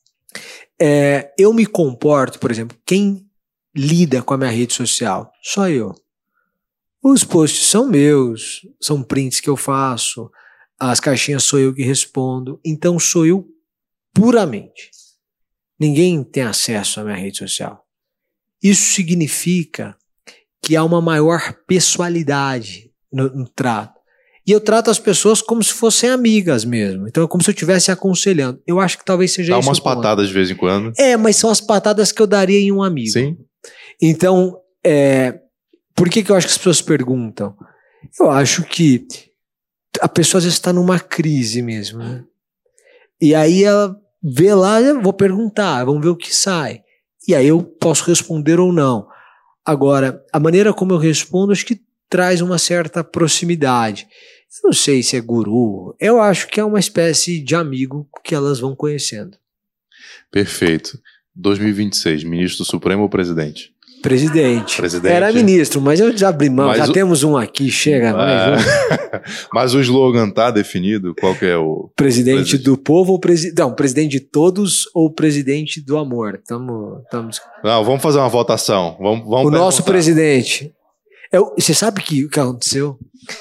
É, eu me comporto, por exemplo, quem lida com a minha rede social? Só eu. Os posts são meus, são prints que eu faço, as caixinhas sou eu que respondo, então sou eu puramente. Ninguém tem acesso à minha rede social. Isso significa que há uma maior pessoalidade no, no trato. E eu trato as pessoas como se fossem amigas mesmo. Então é como se eu estivesse aconselhando. Eu acho que talvez seja Dá isso. Dá umas patadas de vez em quando. É, mas são as patadas que eu daria em um amigo. Sim. Então, é, por que, que eu acho que as pessoas perguntam? Eu acho que a pessoa às vezes está numa crise mesmo, né? E aí ela vê lá, eu vou perguntar, vamos ver o que sai. E aí eu posso responder ou não. Agora, a maneira como eu respondo, acho que traz uma certa proximidade. Eu não sei se é guru, eu acho que é uma espécie de amigo que elas vão conhecendo. Perfeito. dois mil e vinte e seis, ministro do Supremo ou presidente? Presidente. Presidente. Era ministro, mas eu já abri mão, mas já o... temos um aqui, chega. Ah, mais um. Mas o slogan tá definido? Qual que é o... Presidente, presidente do povo ou presidente... Não, presidente de todos ou presidente do amor? Tamo, tamo... Não, vamos fazer uma votação. Vamos, vamos o perguntar. Nosso presidente. Eu, você sabe que, o que aconteceu?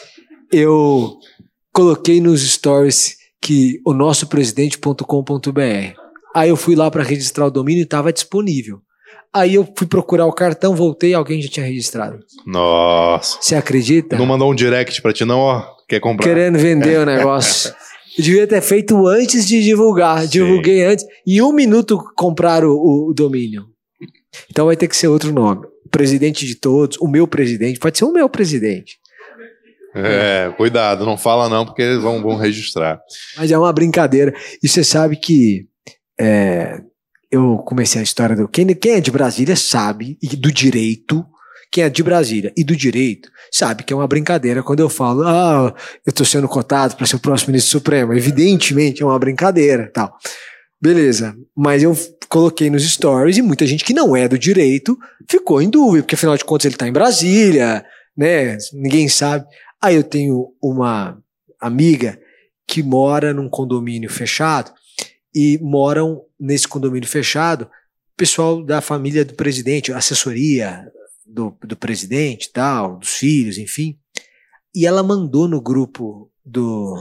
Eu coloquei nos stories que o nosso presidente ponto com ponto b r. Aí eu fui lá para registrar o domínio e estava disponível. Aí eu fui procurar o cartão, voltei e alguém já tinha registrado. Nossa. Você acredita? Não mandou um direct pra ti não, ó? Quer comprar? Querendo vender o negócio. Eu devia ter feito antes de divulgar. Sim. Divulguei antes. Em um minuto compraram o, o domínio. Então vai ter que ser outro nome. Presidente de todos, o meu presidente. Pode ser o meu presidente. É, cuidado, não fala não, porque eles vão, vão registrar. Mas é uma brincadeira. E você sabe que é, eu comecei a história do... Quem, quem é de Brasília sabe, e do direito, quem é de Brasília e do direito, sabe que é uma brincadeira quando eu falo, ah, eu tô sendo cotado para ser o próximo ministro supremo. Evidentemente é uma brincadeira, tal. Beleza, mas eu coloquei nos stories e muita gente que não é do direito ficou em dúvida, porque afinal de contas ele tá em Brasília, né? Ninguém sabe. Aí eu tenho uma amiga que mora num condomínio fechado e moram nesse condomínio fechado pessoal da família do presidente, assessoria do, do presidente, tal, dos filhos, enfim. E ela mandou no grupo do...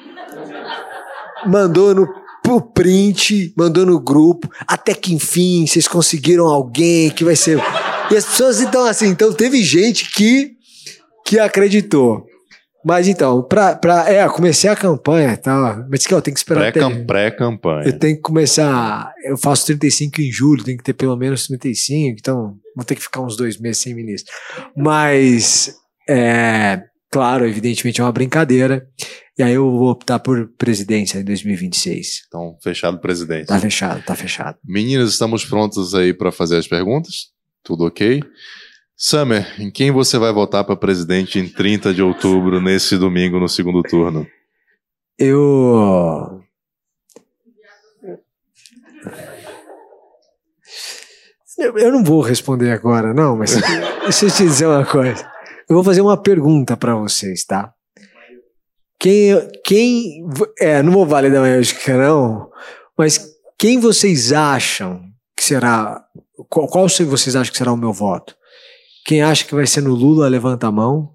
Mandou no o print, mandou no grupo, até que enfim vocês conseguiram alguém que vai ser... E as pessoas, então, assim, então teve gente que, que acreditou. Mas então, pra, pra, é, comecei a campanha, tá? Mas que eu tenho que esperar Pré até... Pré-campanha. Eu tenho que começar... Eu faço trinta e cinco em julho, tenho que ter pelo menos trinta e cinco, então vou ter que ficar uns dois meses sem ministro. Mas, é, claro, evidentemente é uma brincadeira. E aí eu vou optar por presidência em dois mil e vinte e seis. Então, fechado presidência. Tá fechado, tá fechado. Meninas, estamos prontos aí para fazer as perguntas? Tudo ok? Summer, em quem você vai votar para presidente em trinta de outubro, nesse domingo, no segundo turno? Eu... Eu não vou responder agora, não, mas deixa eu te dizer uma coisa. Eu vou fazer uma pergunta para vocês, tá? Quem, quem, é, não vou validar a mágica não, mas quem vocês acham que será, qual, qual vocês acham que será o meu voto? Quem acha que vai ser no Lula, levanta a mão.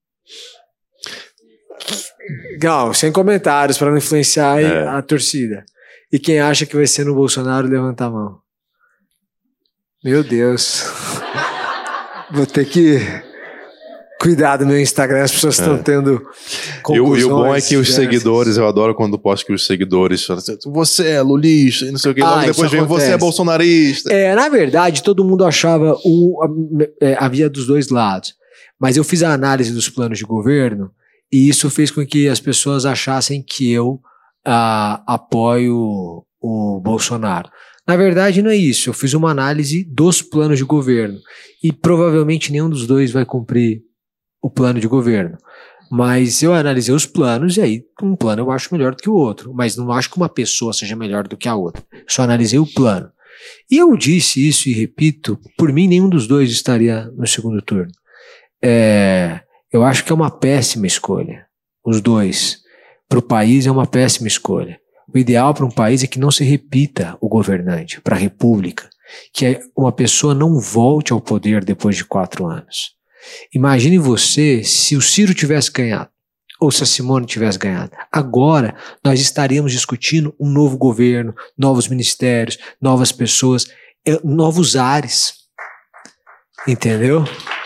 Não, sem comentários para não influenciar é. a torcida. E quem acha que vai ser no Bolsonaro, levanta a mão. Meu Deus. Vou ter que... Cuidado no meu Instagram, as pessoas estão é. tendo conclusões. E o bom é que os diversas. seguidores, eu adoro quando posto que os seguidores falam assim, você é lulista e não sei o que, logo ah, depois vem você é bolsonarista. É, na verdade, todo mundo achava, um, é, havia dos dois lados, mas eu fiz a análise dos planos de governo e isso fez com que as pessoas achassem que eu ah, apoio o Bolsonaro. Na verdade, não é isso, eu fiz uma análise dos planos de governo e provavelmente nenhum dos dois vai cumprir o plano de governo, mas eu analisei os planos e aí um plano eu acho melhor do que o outro, mas não acho que uma pessoa seja melhor do que a outra, só analisei o plano. E eu disse isso e repito, por mim nenhum dos dois estaria no segundo turno. É, eu acho que é uma péssima escolha, os dois. Para o país é uma péssima escolha. O ideal para um país é que não se repita o governante, para a república, que uma pessoa não volte ao poder depois de quatro anos. Imagine você se o Ciro tivesse ganhado, ou se a Simone tivesse ganhado. Agora nós estaríamos discutindo um novo governo, novos ministérios, novas pessoas, novos ares. Entendeu?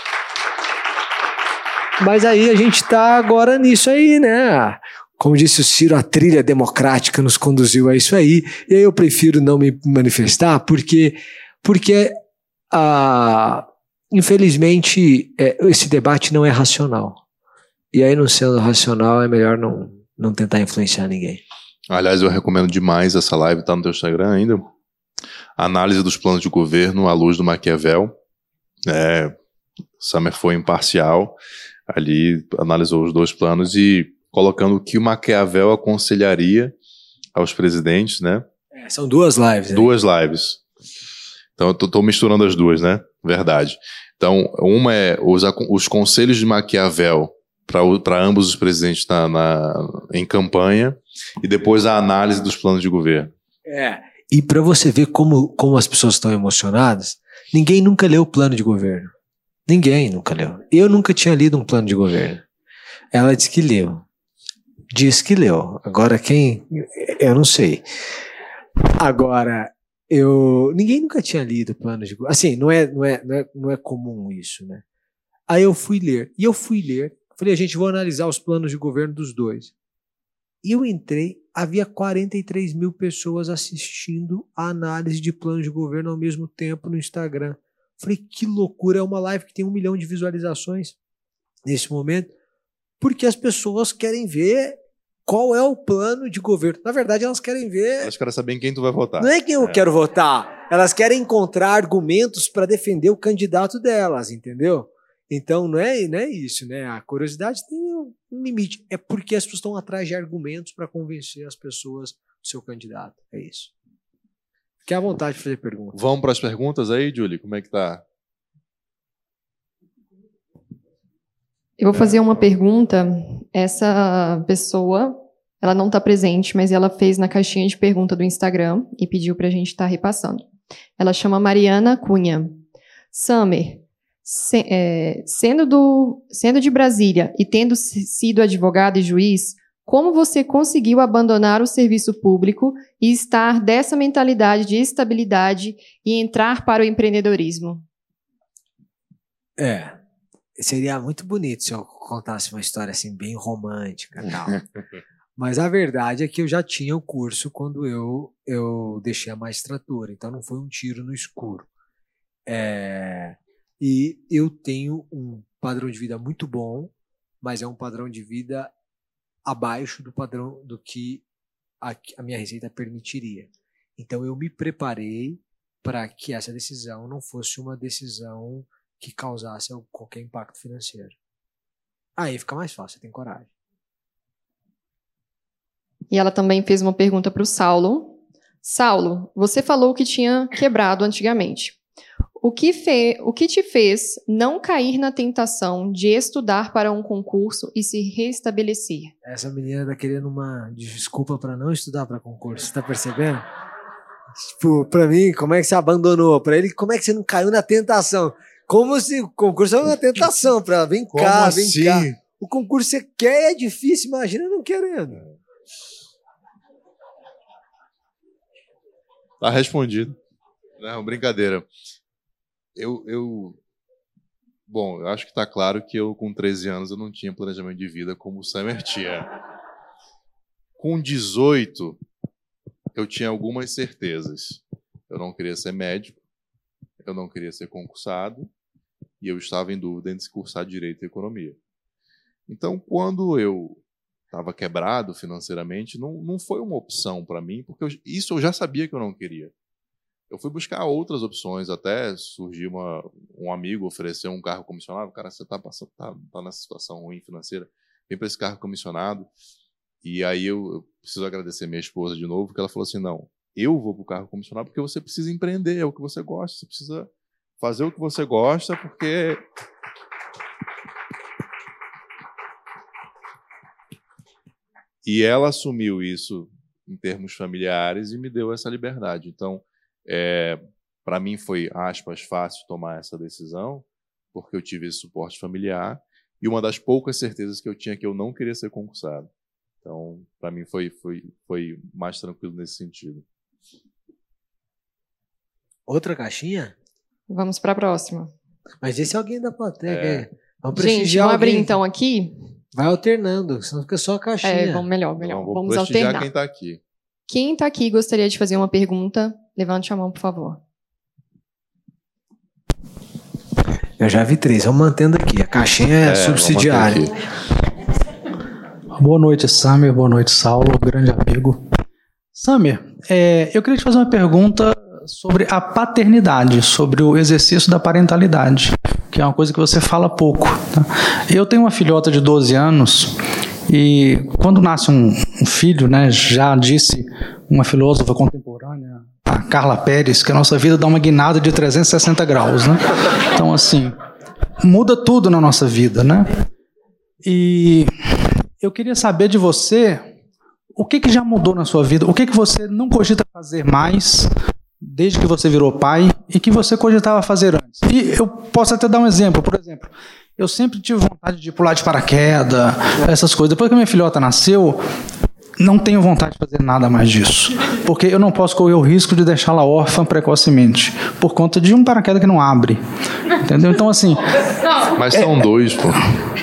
Mas aí a gente está agora nisso aí, né? Como disse o Ciro, a trilha democrática nos conduziu a isso aí. E aí eu prefiro não me manifestar porque, porque a... Infelizmente, é, esse debate não é racional. E aí, não sendo racional, é melhor não, não tentar influenciar ninguém. Aliás, eu recomendo demais essa live, tá no teu Instagram ainda. Análise dos planos de governo à luz do Maquiavel. É, Summer foi imparcial. Ali analisou os dois planos e colocando o que o Maquiavel aconselharia aos presidentes, né? É, são duas lives. Né? Duas lives. Então, eu tô, tô misturando as duas, né? Verdade. Então, uma é os, os conselhos de Maquiavel para ambos os presidentes na, na, em campanha e depois a análise dos planos de governo. É, e para você ver como, como as pessoas estão emocionadas, ninguém nunca leu o plano de governo. Ninguém nunca leu. Eu nunca tinha lido um plano de governo. Ela disse que leu. Diz que leu. Agora quem... Eu não sei. Agora... Eu, ninguém nunca tinha lido planos de governo. Assim, não é, não, é, não, é, não é comum isso, né? Aí eu fui ler. E eu fui ler. Falei, gente, vou analisar os planos de governo dos dois. E eu entrei, havia quarenta e três mil pessoas assistindo a análise de planos de governo ao mesmo tempo no Instagram. Falei, que loucura, é uma live que tem um milhão de visualizações nesse momento. porque as pessoas querem ver qual é o plano de governo. Na verdade, elas querem ver... Elas querem saber em quem tu vai votar. Não é quem eu é. quero votar. Elas querem encontrar argumentos para defender o candidato delas, entendeu? Então, não é, não é isso, né? A curiosidade tem um limite. É porque as pessoas estão atrás de argumentos para convencer as pessoas do seu candidato. É isso. Fique à vontade de fazer perguntas. Vamos para as perguntas aí, Julie? Como é que tá? Eu vou fazer uma pergunta. Essa pessoa, ela não está presente, mas ela fez na caixinha de pergunta do Instagram e pediu para a gente estar tá repassando. Ela chama Mariana Cunha. Samer, se, é, sendo, do, sendo de Brasília e tendo sido advogado e juiz, como você conseguiu abandonar o serviço público e estar dessa mentalidade de estabilidade e entrar para o empreendedorismo? É, seria muito bonito se eu contasse uma história assim bem romântica e tal. Mas a verdade é que eu já tinha o curso quando eu, eu deixei a magistratura, então não foi um tiro no escuro. É, e eu tenho um padrão de vida muito bom, mas é um padrão de vida abaixo do padrão do que a, a minha receita permitiria. Então eu me preparei para que essa decisão não fosse uma decisão que causasse qualquer impacto financeiro. Aí fica mais fácil, você tem coragem. E ela também fez uma pergunta para o Saulo. Saulo, você falou que tinha quebrado antigamente. O que, fe, o que te fez não cair na tentação de estudar para um concurso e se restabelecer? Essa menina está querendo uma desculpa para não estudar para concurso, você tá percebendo? Tipo, para mim, como é que você abandonou? Para ele, como é que você não caiu na tentação? Como se o concurso é uma tentação para ela. Vem como cá, assim? vem cá. O concurso você quer é difícil, imagina não querendo. Tá respondido. Não, brincadeira. Eu, eu, bom, eu acho que está claro que eu, com treze anos, eu não tinha planejamento de vida como o Samer tinha. Com dezoito, eu tinha algumas certezas. Eu não queria ser médico, eu não queria ser concursado, e eu estava em dúvida entre cursar Direito e Economia. Então, quando eu estava quebrado financeiramente, não, não foi uma opção para mim, porque eu, isso eu já sabia que eu não queria. Eu fui buscar outras opções, até surgiu uma, um amigo oferecer um carro comissionado. Cara, você está passando, tá, tá nessa situação ruim financeira, vem para esse carro comissionado. E aí eu, eu preciso agradecer minha esposa de novo, porque ela falou assim, não, eu vou para o carro comissionado porque você precisa empreender, é o que você gosta, você precisa fazer o que você gosta, porque... E ela assumiu isso em termos familiares e me deu essa liberdade. Então, É, para mim foi, aspas, fácil tomar essa decisão, porque eu tive esse suporte familiar e uma das poucas certezas que eu tinha que eu não queria ser concursado. Então, para mim foi, foi, foi mais tranquilo nesse sentido. Outra caixinha? Vamos para a próxima. Mas esse é alguém da plateia. É. Vamos Gente, vamos abrir então aqui? Vai alternando, senão fica só a caixinha. É, vamos melhor, melhor. Então, vou vamos prestigiar alternar. quem está aqui. Quem está aqui gostaria de fazer uma pergunta? Levante a mão, por favor. Eu já vi três, vamos mantendo aqui. A caixinha é, é subsidiária. Boa noite, Samer. Boa noite, Saulo, grande amigo. Samer, é, eu queria te fazer uma pergunta sobre a paternidade, sobre o exercício da parentalidade, que é uma coisa que você fala pouco. Tá? Eu tenho uma filhota de doze anos e quando nasce um, um filho, né, já disse uma filósofa contemporânea, a Carla Pérez, que a nossa vida dá uma guinada de trezentos e sessenta graus, né? Então, assim, muda tudo na nossa vida, né? E eu queria saber de você o que, que já mudou na sua vida, o que, que você não cogita fazer mais desde que você virou pai e que você cogitava fazer antes. E eu posso até dar um exemplo, por exemplo, eu sempre tive vontade de pular de paraquedas, essas coisas. Depois que a minha filhota nasceu, não tenho vontade de fazer nada mais disso, porque eu não posso correr o risco de deixá-la órfã precocemente, por conta de um paraquedas que não abre, entendeu? Então, assim... Mas são é, dois, pô.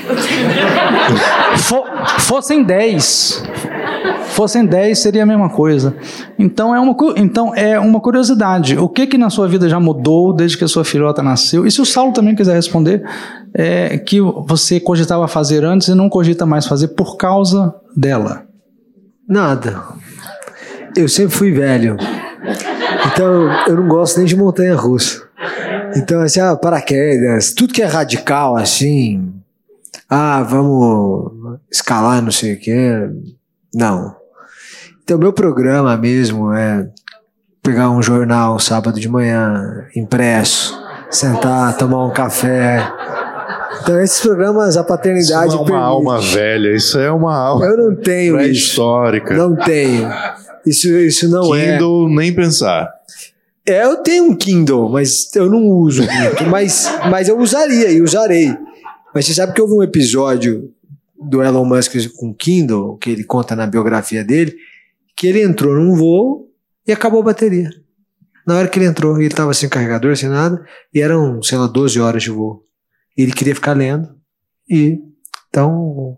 For, fossem dez... Fossem dez, seria a mesma coisa. Então é, uma, então, é uma curiosidade. O que que na sua vida já mudou desde que a sua filhota nasceu? E se o Saulo também quiser responder, é, que você cogitava fazer antes e não cogita mais fazer por causa dela? Nada. Eu sempre fui velho. Então eu não gosto nem de montanha-russa. Então, assim, ah, paraquedas, tudo que é radical, assim, ah, vamos escalar não sei o quê, não. Então, meu programa mesmo é pegar um jornal sábado de manhã, impresso, sentar, tomar um café. Então, esses programas, a paternidade isso não é uma permite. alma velha, isso é uma alma Eu não tenho pré-histórica. Não tenho. Isso, isso não Kindle, é. Kindle, nem pensar. É, eu tenho um Kindle, mas eu não uso muito. mas, mas eu usaria e usarei. Mas você sabe que houve um episódio do Elon Musk com o Kindle, que ele conta na biografia dele, que ele entrou num voo e acabou a bateria. Na hora que ele entrou, ele estava sem carregador, sem nada, e eram, sei lá, doze horas de voo. E ele queria ficar lendo. E, então...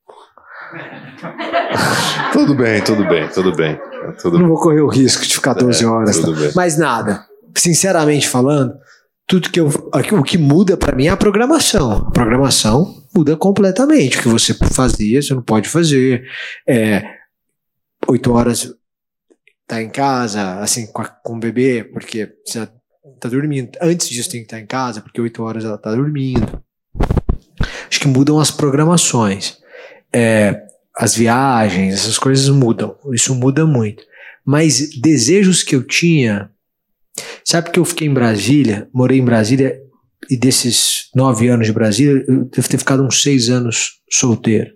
Tudo bem, tudo bem, tudo bem. Tudo não vou correr o risco de ficar doze horas. Tudo tá? bem. Mas nada. Sinceramente falando, tudo que eu, o que muda para mim é a programação. A programação muda completamente. O que você fazia, você não pode fazer. É, oito horas tá em casa, assim, com, a, com o bebê, porque você tá dormindo. Antes disso tem que estar em casa, porque oito horas ela tá dormindo. Acho que mudam as programações. É, as viagens, essas coisas mudam. Isso muda muito. Mas desejos que eu tinha... Sabe que eu fiquei em Brasília, morei em Brasília, e desses nove anos de Brasília, eu devo ter ficado uns seis anos solteiro.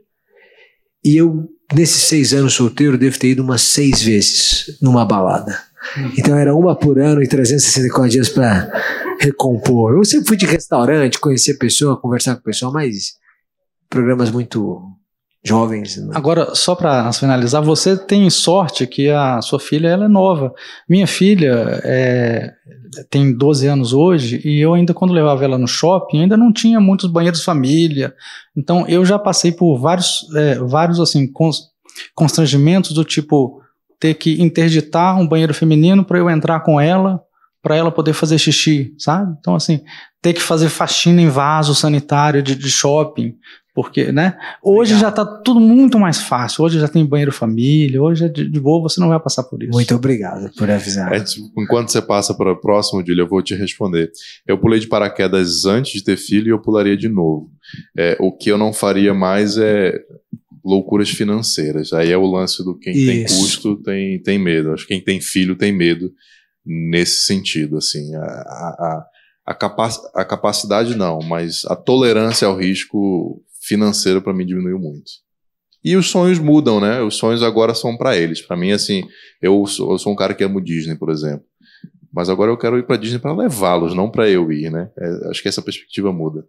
E eu, nesses seis anos solteiro, devo ter ido umas seis vezes numa balada. Então era uma por ano e trezentos e sessenta e quatro dias para recompor. Eu sempre fui de restaurante, conhecer pessoa, conversar com pessoa, mas programas muito... jovens. Né? Agora, só para finalizar, você tem sorte que a sua filha ela é nova. Minha filha é, tem doze anos hoje e eu ainda, quando levava ela no shopping, ainda não tinha muitos banheiros família. Então, eu já passei por vários, é, vários assim, constrangimentos do tipo ter que interditar um banheiro feminino para eu entrar com ela, para ela poder fazer xixi, sabe? Então, assim, ter que fazer faxina em vaso sanitário de, de shopping. Porque, né? Hoje Legal. Já está tudo muito mais fácil. Hoje já tem banheiro família. Hoje é de, de boa, você não vai passar por isso. Muito obrigado por avisar. É, enquanto você passa para o próximo, Dília, eu vou te responder. Eu pulei de paraquedas antes de ter filho e eu pularia de novo. É, o que eu não faria mais é loucuras financeiras. Aí é o lance do quem isso. tem custo tem, tem medo. Acho que quem tem filho tem medo nesse sentido. Assim, a, a, a, capac, a capacidade não, mas a tolerância ao risco financeiro para mim diminuiu muito. E os sonhos mudam, né? Os sonhos agora são para eles. Para mim, assim, eu sou, eu sou um cara que amo Disney, por exemplo. Mas agora eu quero ir para Disney para levá-los, não para eu ir, né? É, acho que essa perspectiva muda.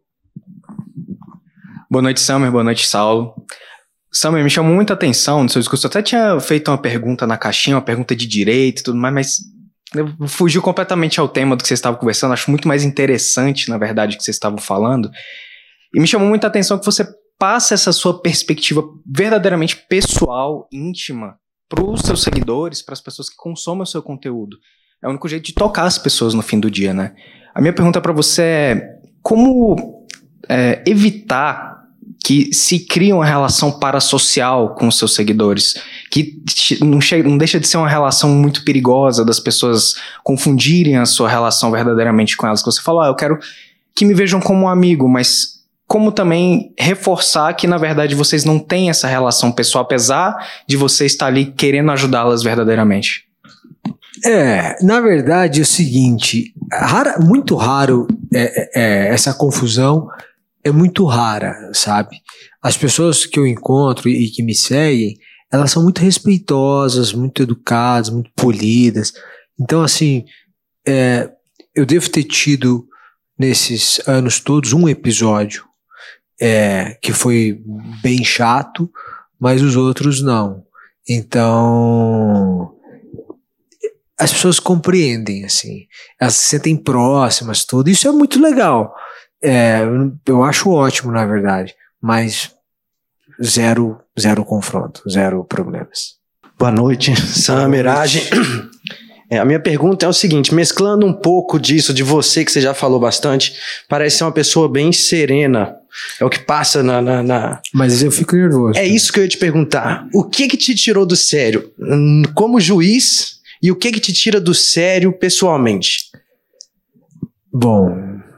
Boa noite, Samer. Boa noite, Saulo. Samer, me chamou muita atenção no seu discurso. Eu até tinha feito uma pergunta na caixinha, uma pergunta de direito e tudo mais, mas fugiu completamente ao tema do que vocês estavam conversando. Acho muito mais interessante, na verdade, o que vocês estavam falando. E me chamou muita atenção que você passa essa sua perspectiva verdadeiramente pessoal, íntima, para os seus seguidores, para as pessoas que consomem o seu conteúdo. É o único jeito de tocar as pessoas no fim do dia, né? A minha pergunta para você é como é, evitar que se crie uma relação parasocial com os seus seguidores, que não, chega, não deixa de ser uma relação muito perigosa das pessoas confundirem a sua relação verdadeiramente com elas. Que você fala, ah, eu quero que me vejam como um amigo, mas como também reforçar que, na verdade, vocês não têm essa relação pessoal, apesar de você estar ali querendo ajudá-las verdadeiramente. É, na verdade é o seguinte, rara, muito raro é, é, essa confusão, é muito rara, sabe? As pessoas que eu encontro e que me seguem, elas são muito respeitosas, muito educadas, muito polidas. Então, assim, é, eu devo ter tido nesses anos todos um episódio É, que foi bem chato, mas os outros não. Então, as pessoas compreendem, assim, elas se sentem próximas, tudo. Isso é muito legal. É, eu acho ótimo, na verdade, mas zero, zero confronto, zero problemas. Boa noite, Samer Age. É, a minha pergunta é o seguinte, mesclando um pouco disso, de você, que você já falou bastante, parece ser uma pessoa bem serena. É o que passa na... na, na... Mas eu fico nervoso. É isso que eu ia te perguntar. O que que te tirou do sério como juiz e o que que te tira do sério pessoalmente? Bom,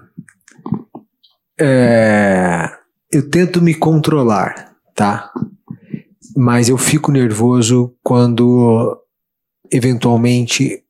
é, eu tento me controlar, tá? Mas eu fico nervoso quando, eventualmente,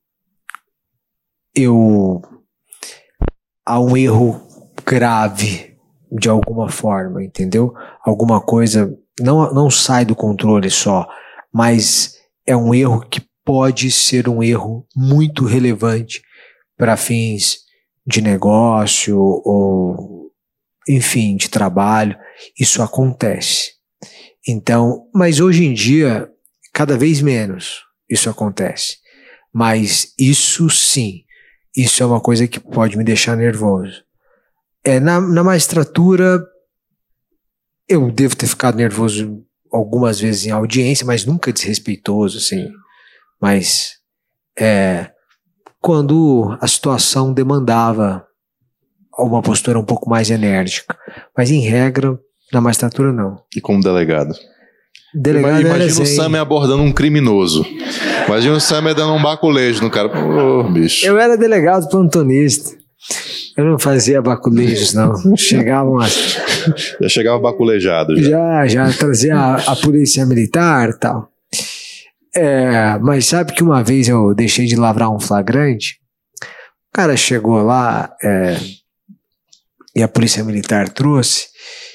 eu há um erro grave de alguma forma, entendeu? Alguma coisa não, não sai do controle só, mas é um erro que pode ser um erro muito relevante para fins de negócio ou, enfim, de trabalho. Isso acontece. Então, mas hoje em dia, cada vez menos isso acontece. Mas isso sim, isso é uma coisa que pode me deixar nervoso. É, na, na magistratura, eu devo ter ficado nervoso algumas vezes em audiência, mas nunca desrespeitoso, assim. Mas é, quando a situação demandava uma postura um pouco mais enérgica. Mas em regra, na magistratura não. E como delegado? Delegado Imagina era o Samer abordando um criminoso. Imagina o Samer dando um baculejo no cara. Pô, bicho. Eu era delegado plantonista. Eu não fazia baculejos, não. Chegavam a... Já chegava baculejado. Já, já, já trazia a, a polícia militar e tal. É, mas sabe que uma vez eu deixei de lavrar um flagrante? O cara chegou lá é, e a polícia militar trouxe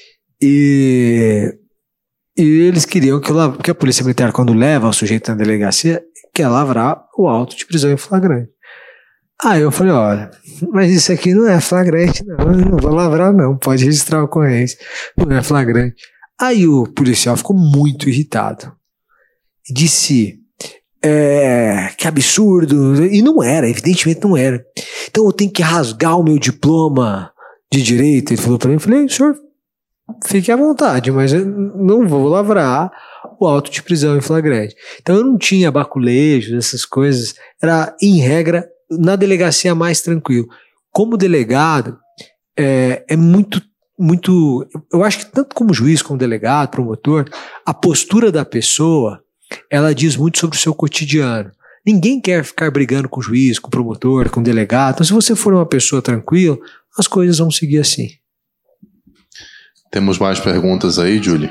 e, e eles queriam que, eu, que a polícia militar, quando leva o sujeito na delegacia, quer lavrar o auto de prisão em flagrante. Aí eu falei, olha, mas isso aqui não é flagrante, não, eu não vou lavrar não, pode registrar a ocorrência, não é flagrante. Aí o policial ficou muito irritado e disse, é, que absurdo, e não era, evidentemente não era. Então eu tenho que rasgar o meu diploma de direito. Ele falou para mim, eu falei, senhor, fique à vontade, mas eu não vou lavrar o auto de prisão em flagrante. Então eu não tinha baculejos, essas coisas, era em regra na delegacia mais tranquilo. Como delegado, é, é muito, muito, eu acho que tanto como juiz, como delegado, promotor, a postura da pessoa, ela diz muito sobre o seu cotidiano. Ninguém quer ficar brigando com o juiz, com o promotor, com o delegado. Então se você for uma pessoa tranquila, as coisas vão seguir assim. Temos mais perguntas aí, Julie?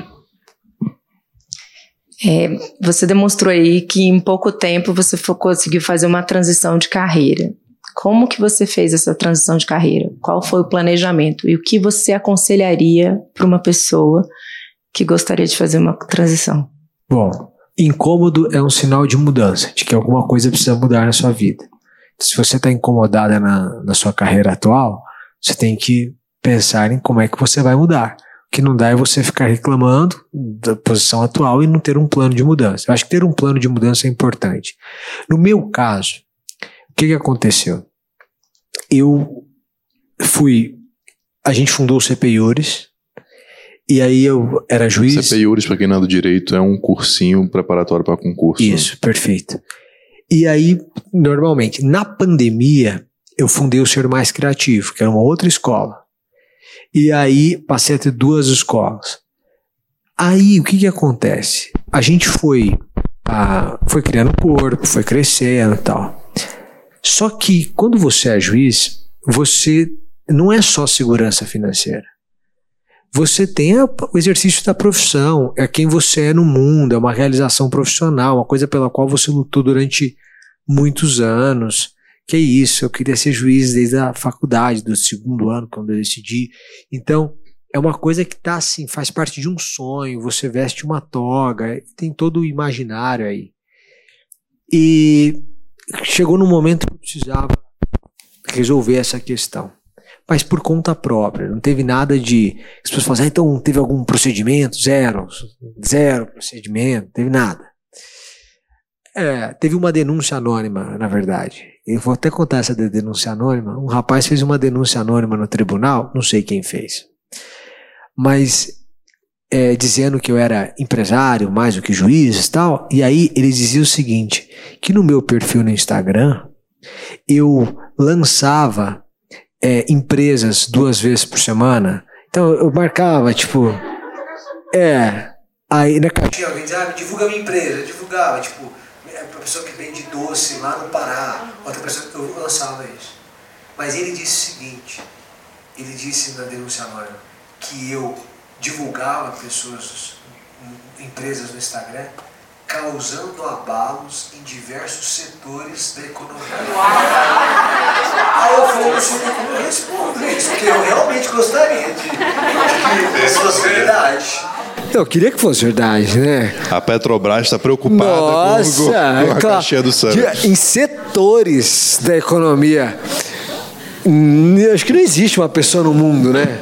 É, você demonstrou aí que em pouco tempo você conseguiu fazer uma transição de carreira. Como que você fez essa transição de carreira? Qual foi o planejamento? E o que você aconselharia para uma pessoa que gostaria de fazer uma transição? Bom, incômodo é um sinal de mudança, de que alguma coisa precisa mudar na sua vida. Se você está incomodada na, na sua carreira atual, você tem que pensar em como é que você vai mudar. O que não dá é você ficar reclamando da posição atual e não ter um plano de mudança. Eu acho que ter um plano de mudança é importante. No meu caso, o que, que aconteceu? Eu fui... A gente fundou o C P Iures, e aí eu era juiz... C P Iures, para quem não é do direito, é um cursinho preparatório para concurso. Isso, né? Perfeito. E aí, normalmente, na pandemia, eu fundei o Ser Mais Criativo, que era uma outra escola. E aí passei a ter duas escolas. Aí o que que acontece? A gente foi, ah, foi criando corpo, foi crescendo e tal. Só que quando você é juiz, você não é só segurança financeira. Você tem a, o exercício da profissão, é quem você é no mundo, é uma realização profissional, uma coisa pela qual você lutou durante muitos anos. Que é isso, eu queria ser juiz desde a faculdade, do segundo ano, quando eu decidi. Então, é uma coisa que tá assim, faz parte de um sonho, você veste uma toga, tem todo o imaginário aí. E chegou num momento que eu precisava resolver essa questão. Mas por conta própria, não teve nada de... As pessoas falam, ah, então teve algum procedimento? Zero, zero procedimento, não teve nada. É, teve uma denúncia anônima, na verdade. Eu vou até contar essa denúncia anônima. Um rapaz fez uma denúncia anônima no tribunal, não sei quem fez, mas é, dizendo que eu era empresário mais do que juiz e tal. E aí ele dizia o seguinte, que no meu perfil no Instagram eu lançava é, empresas duas vezes por semana. Então eu marcava, tipo, é, aí na caixinha alguém dizia, ah, divulga a minha empresa, eu divulgava, tipo, a pessoa que vende doce lá no Pará, outra pessoa, eu lançava isso. Mas ele disse o seguinte, ele disse na denúncia anônima, que eu divulgava pessoas, empresas no Instagram, causando abalos em diversos setores da economia. Aí eu falei, não sei como eu respondo isso, porque eu realmente gostaria de que isso fosse verdade. Eu queria que fosse verdade, né? A Petrobras está preocupada Nossa, com, com a claro, caixinha do Summer. Em setores da economia, acho que não existe uma pessoa no mundo, né?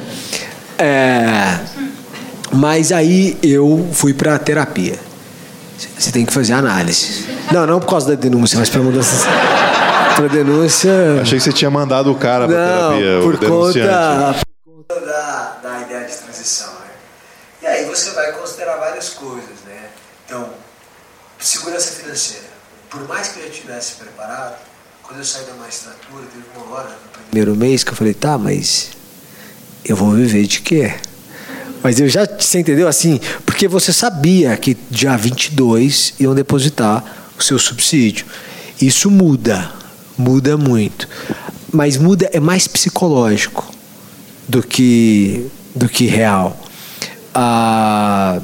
É, mas aí eu fui para terapia. Você tem que fazer análise. Não, não por causa da denúncia, mas para mudança. Para denúncia. Achei que você tinha mandado o cara para terapia, por o denunciante. Conta, por conta da, da ideia de transição, né? E aí você vai considerar várias coisas, né? Então, segurança financeira. Por mais que eu já tivesse preparado, quando eu saí da magistratura, teve uma hora no primeiro mês que eu falei, tá, mas eu vou viver de quê? Mas eu já, você entendeu? Assim, porque você sabia que dia vinte e dois iam depositar o seu subsídio. Isso muda, muda muito. Mas muda, é mais psicológico do que, do que real. Ah,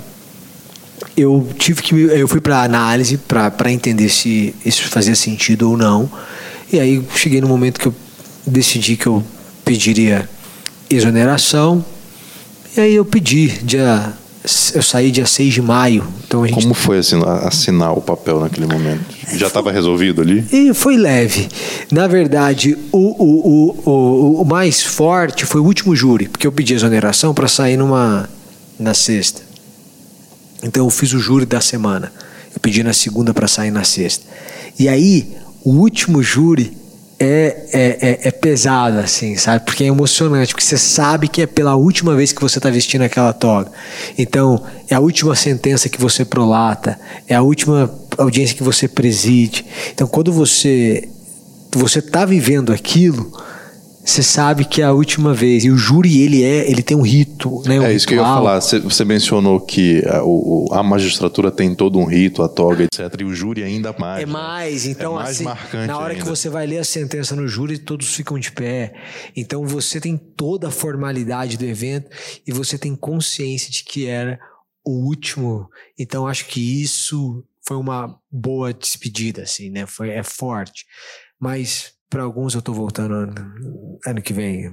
eu tive que eu fui para análise para entender se isso fazia sentido ou não. E aí cheguei no momento que eu decidi que eu pediria exoneração. E aí eu pedi, dia, eu saí dia seis de maio. Então a gente... Como foi assinar, assinar o papel naquele momento? Já estava resolvido ali? E foi leve. Na verdade, o, o, o, o, o mais forte foi o último júri, porque eu pedi exoneração para sair numa, na sexta. Então eu fiz o júri da semana. Eu pedi na segunda para sair na sexta. E aí, o último júri É, é, é, é pesado, assim, sabe? Porque é emocionante, porque você sabe que é pela última vez que você está vestindo aquela toga. Então, é a última sentença que você prolata, é a última audiência que você preside. Então, quando você você está vivendo aquilo, você sabe que é a última vez. E o júri, ele é, ele tem um rito, né? Um é isso ritual. Que eu ia falar. Você, você mencionou que a, o, a magistratura tem todo um rito, a toga, etcétera. E o júri ainda mais. É mais. Né? Então, é mais assim, marcante na hora ainda. Que você vai ler a sentença no júri, todos ficam de pé. Então, você tem toda a formalidade do evento e você tem consciência de que era o último. Então, acho que isso foi uma boa despedida, assim, né? Foi, é forte. Mas... para alguns eu tô voltando ano, ano que vem.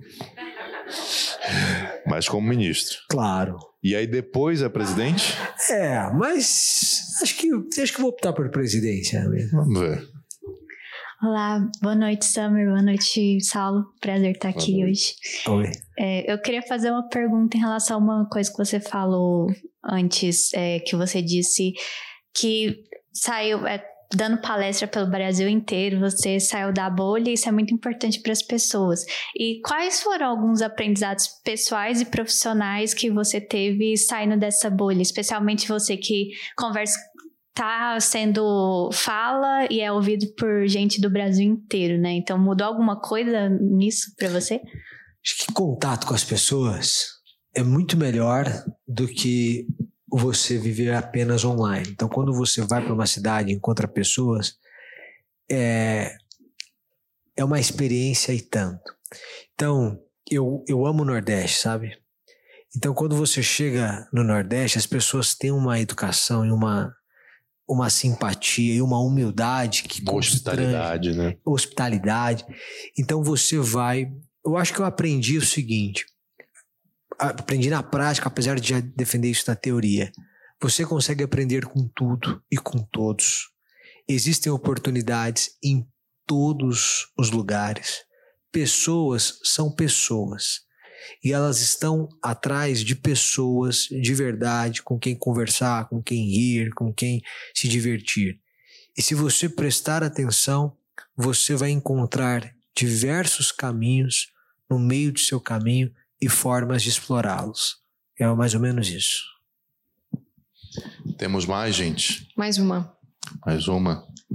Mas como ministro. Claro. E aí depois é presidente? É, mas acho que, acho que vou optar por presidência mesmo. Vamos ver. Olá, boa noite, Summer, boa noite, Saulo. Prazer estar aqui boa hoje. Oi. É, eu queria fazer uma pergunta em relação a uma coisa que você falou antes, é, que você disse que saiu... É, dando palestra pelo Brasil inteiro, você saiu da bolha e isso é muito importante para as pessoas. E quais foram alguns aprendizados pessoais e profissionais que você teve saindo dessa bolha? Especialmente você que conversa, tá sendo fala e é ouvido por gente do Brasil inteiro, né? Então mudou alguma coisa nisso para você? Acho que contato com as pessoas é muito melhor do que você viver apenas online. Então, quando você vai para uma cidade e encontra pessoas, é, é uma experiência e tanto. Então, eu, eu amo o Nordeste, sabe? Então, quando você chega no Nordeste, as pessoas têm uma educação e uma, uma simpatia e uma humildade que uma hospitalidade, né? Hospitalidade. Então, você vai... Eu acho que eu aprendi o seguinte... Aprendi na prática, apesar de já defender isso na teoria. Você consegue aprender com tudo e com todos. Existem oportunidades em todos os lugares. Pessoas são pessoas. E elas estão atrás de pessoas de verdade, com quem conversar, com quem rir, com quem se divertir. E se você prestar atenção, você vai encontrar diversos caminhos no meio do seu caminho e formas de explorá-los. É mais ou menos isso. Temos mais, gente? Mais uma. Mais uma.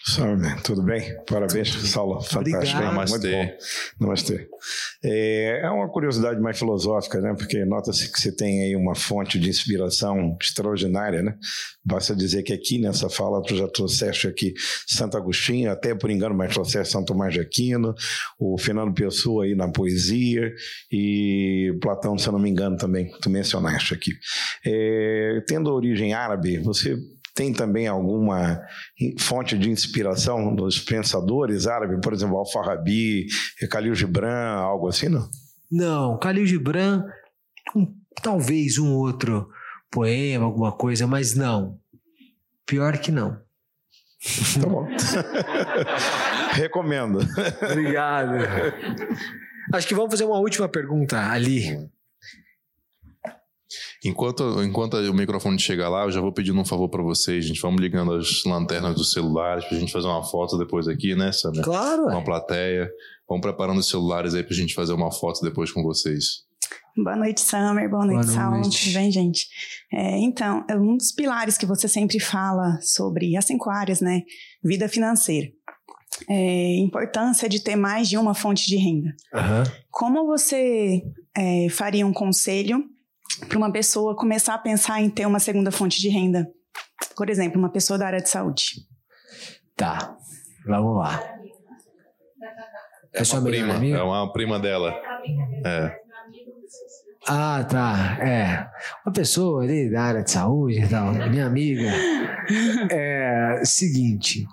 Sabe, tudo bem? Parabéns, Saulo. Fantástico. Namastê. Muito bom. Namastê. É, é uma curiosidade mais filosófica, né? Porque nota-se que você tem aí uma fonte de inspiração extraordinária, né? Basta dizer que aqui nessa fala tu já trouxeste aqui Santo Agostinho, até por engano, mas trouxeste São Tomás de Aquino, o Fernando Pessoa aí na poesia e Platão, se eu não me engano, também tu mencionaste aqui. É, tendo origem árabe, você tem também alguma fonte de inspiração dos pensadores árabes, por exemplo, Al-Farabi, Khalil Gibran, algo assim, não? Não, Khalil Gibran, um, talvez um outro poema, alguma coisa, mas não. Pior que não. Tá bom. Recomendo. Obrigado. Acho que vamos fazer uma última pergunta ali. Enquanto, enquanto o microfone chegar lá, eu já vou pedindo um favor para vocês, gente. Vamos ligando as lanternas dos celulares pra gente fazer uma foto depois aqui, né, Samir? Claro. Com a plateia. Vamos preparando os celulares aí pra gente fazer uma foto depois com vocês. Boa noite, Summer. Boa noite, Saulo. Tudo bem, gente? É, então, um dos pilares que você sempre fala sobre as cinco áreas, né? Vida financeira. É, importância de ter mais de uma fonte de renda. Uhum. Como você é, faria um conselho para uma pessoa começar a pensar em ter uma segunda fonte de renda? Por exemplo, uma pessoa da área de saúde. Tá, vamos lá. É, é uma prima, é uma prima dela. É. Ah, tá, é. Uma pessoa ali da área de saúde e tal, minha amiga. É, seguinte,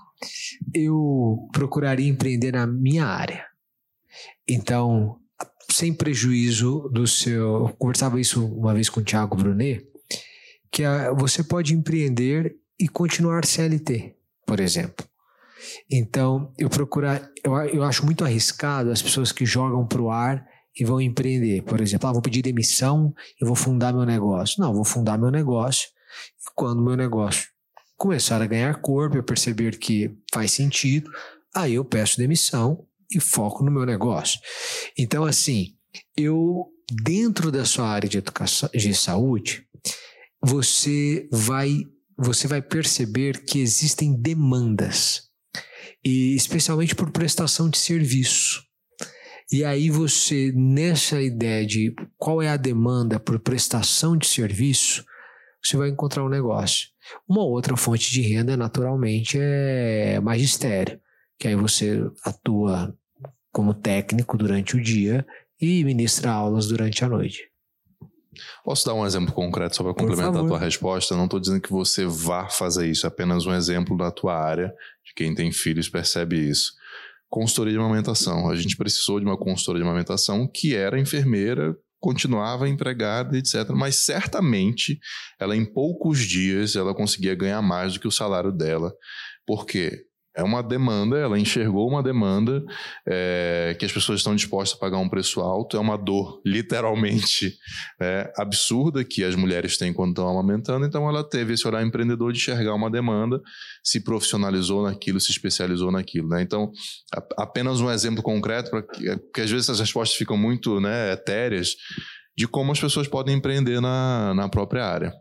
eu procuraria empreender na minha área. Então, sem prejuízo do seu... Eu conversava isso uma vez com o Thiago Brunet, que a, você pode empreender e continuar C L T, por exemplo. Então, eu procurar... Eu, eu acho muito arriscado as pessoas que jogam para o ar e vão empreender. Por exemplo, ah, vou pedir demissão e vou fundar meu negócio. Não, vou fundar meu negócio e quando meu negócio começar a ganhar corpo, eu perceber que faz sentido, aí eu peço demissão e foco no meu negócio. Então, assim, eu, dentro da sua área de educação, de saúde, você vai, você vai perceber que existem demandas, e especialmente por prestação de serviço. E aí você, nessa ideia de qual é a demanda por prestação de serviço, você vai encontrar um negócio. Uma outra fonte de renda, naturalmente, é magistério, que aí você atua como técnico durante o dia e ministra aulas durante a noite. Posso dar um exemplo concreto só para complementar a tua resposta? Não estou dizendo que você vá fazer isso, é apenas um exemplo da tua área, de quem tem filhos percebe isso. Consultoria de amamentação. A gente precisou de uma consultora de amamentação que era enfermeira, continuava empregada, etcétera. Mas certamente, ela em poucos dias, ela conseguia ganhar mais do que o salário dela. Por quê? É uma demanda, ela enxergou uma demanda é, que as pessoas estão dispostas a pagar um preço alto, é uma dor literalmente é, absurda que as mulheres têm quando estão amamentando, então ela teve esse olhar empreendedor de enxergar uma demanda, se profissionalizou naquilo, se especializou naquilo, né? Então, a, apenas um exemplo concreto, porque, porque às vezes essas respostas ficam muito, né, etéreas, de como as pessoas podem empreender na, na própria área.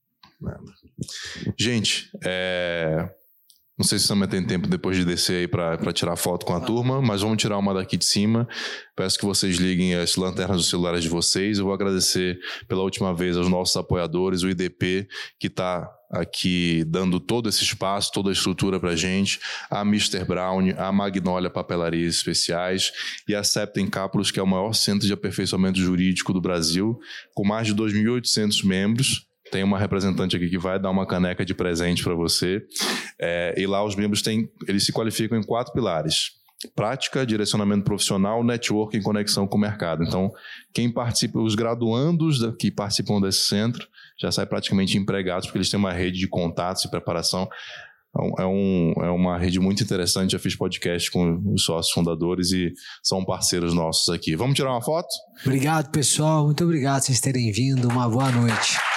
Gente, é... não sei se o Samir tem tempo depois de descer aí para tirar foto com a turma, mas vamos tirar uma daqui de cima. Peço que vocês liguem as lanternas dos celulares de vocês. Eu vou agradecer pela última vez aos nossos apoiadores, o I D P, que está aqui dando todo esse espaço, toda a estrutura para a gente, a mister Brown, a Magnólia Papelarias Especiais e a Septem Cápulos, que é o maior centro de aperfeiçoamento jurídico do Brasil, com mais de dois mil e oitocentos membros. Tem uma representante aqui que vai dar uma caneca de presente para você. É, e lá os membros têm, eles se qualificam em quatro pilares: prática, direcionamento profissional, networking e conexão com o mercado. Então, quem participa, os graduandos da, que participam desse centro, já saem praticamente empregados, porque eles têm uma rede de contatos e preparação. É, um, é uma rede muito interessante. Já fiz podcast com os sócios fundadores e são parceiros nossos aqui. Vamos tirar uma foto? Obrigado, pessoal. Muito obrigado por vocês terem vindo. Uma boa noite.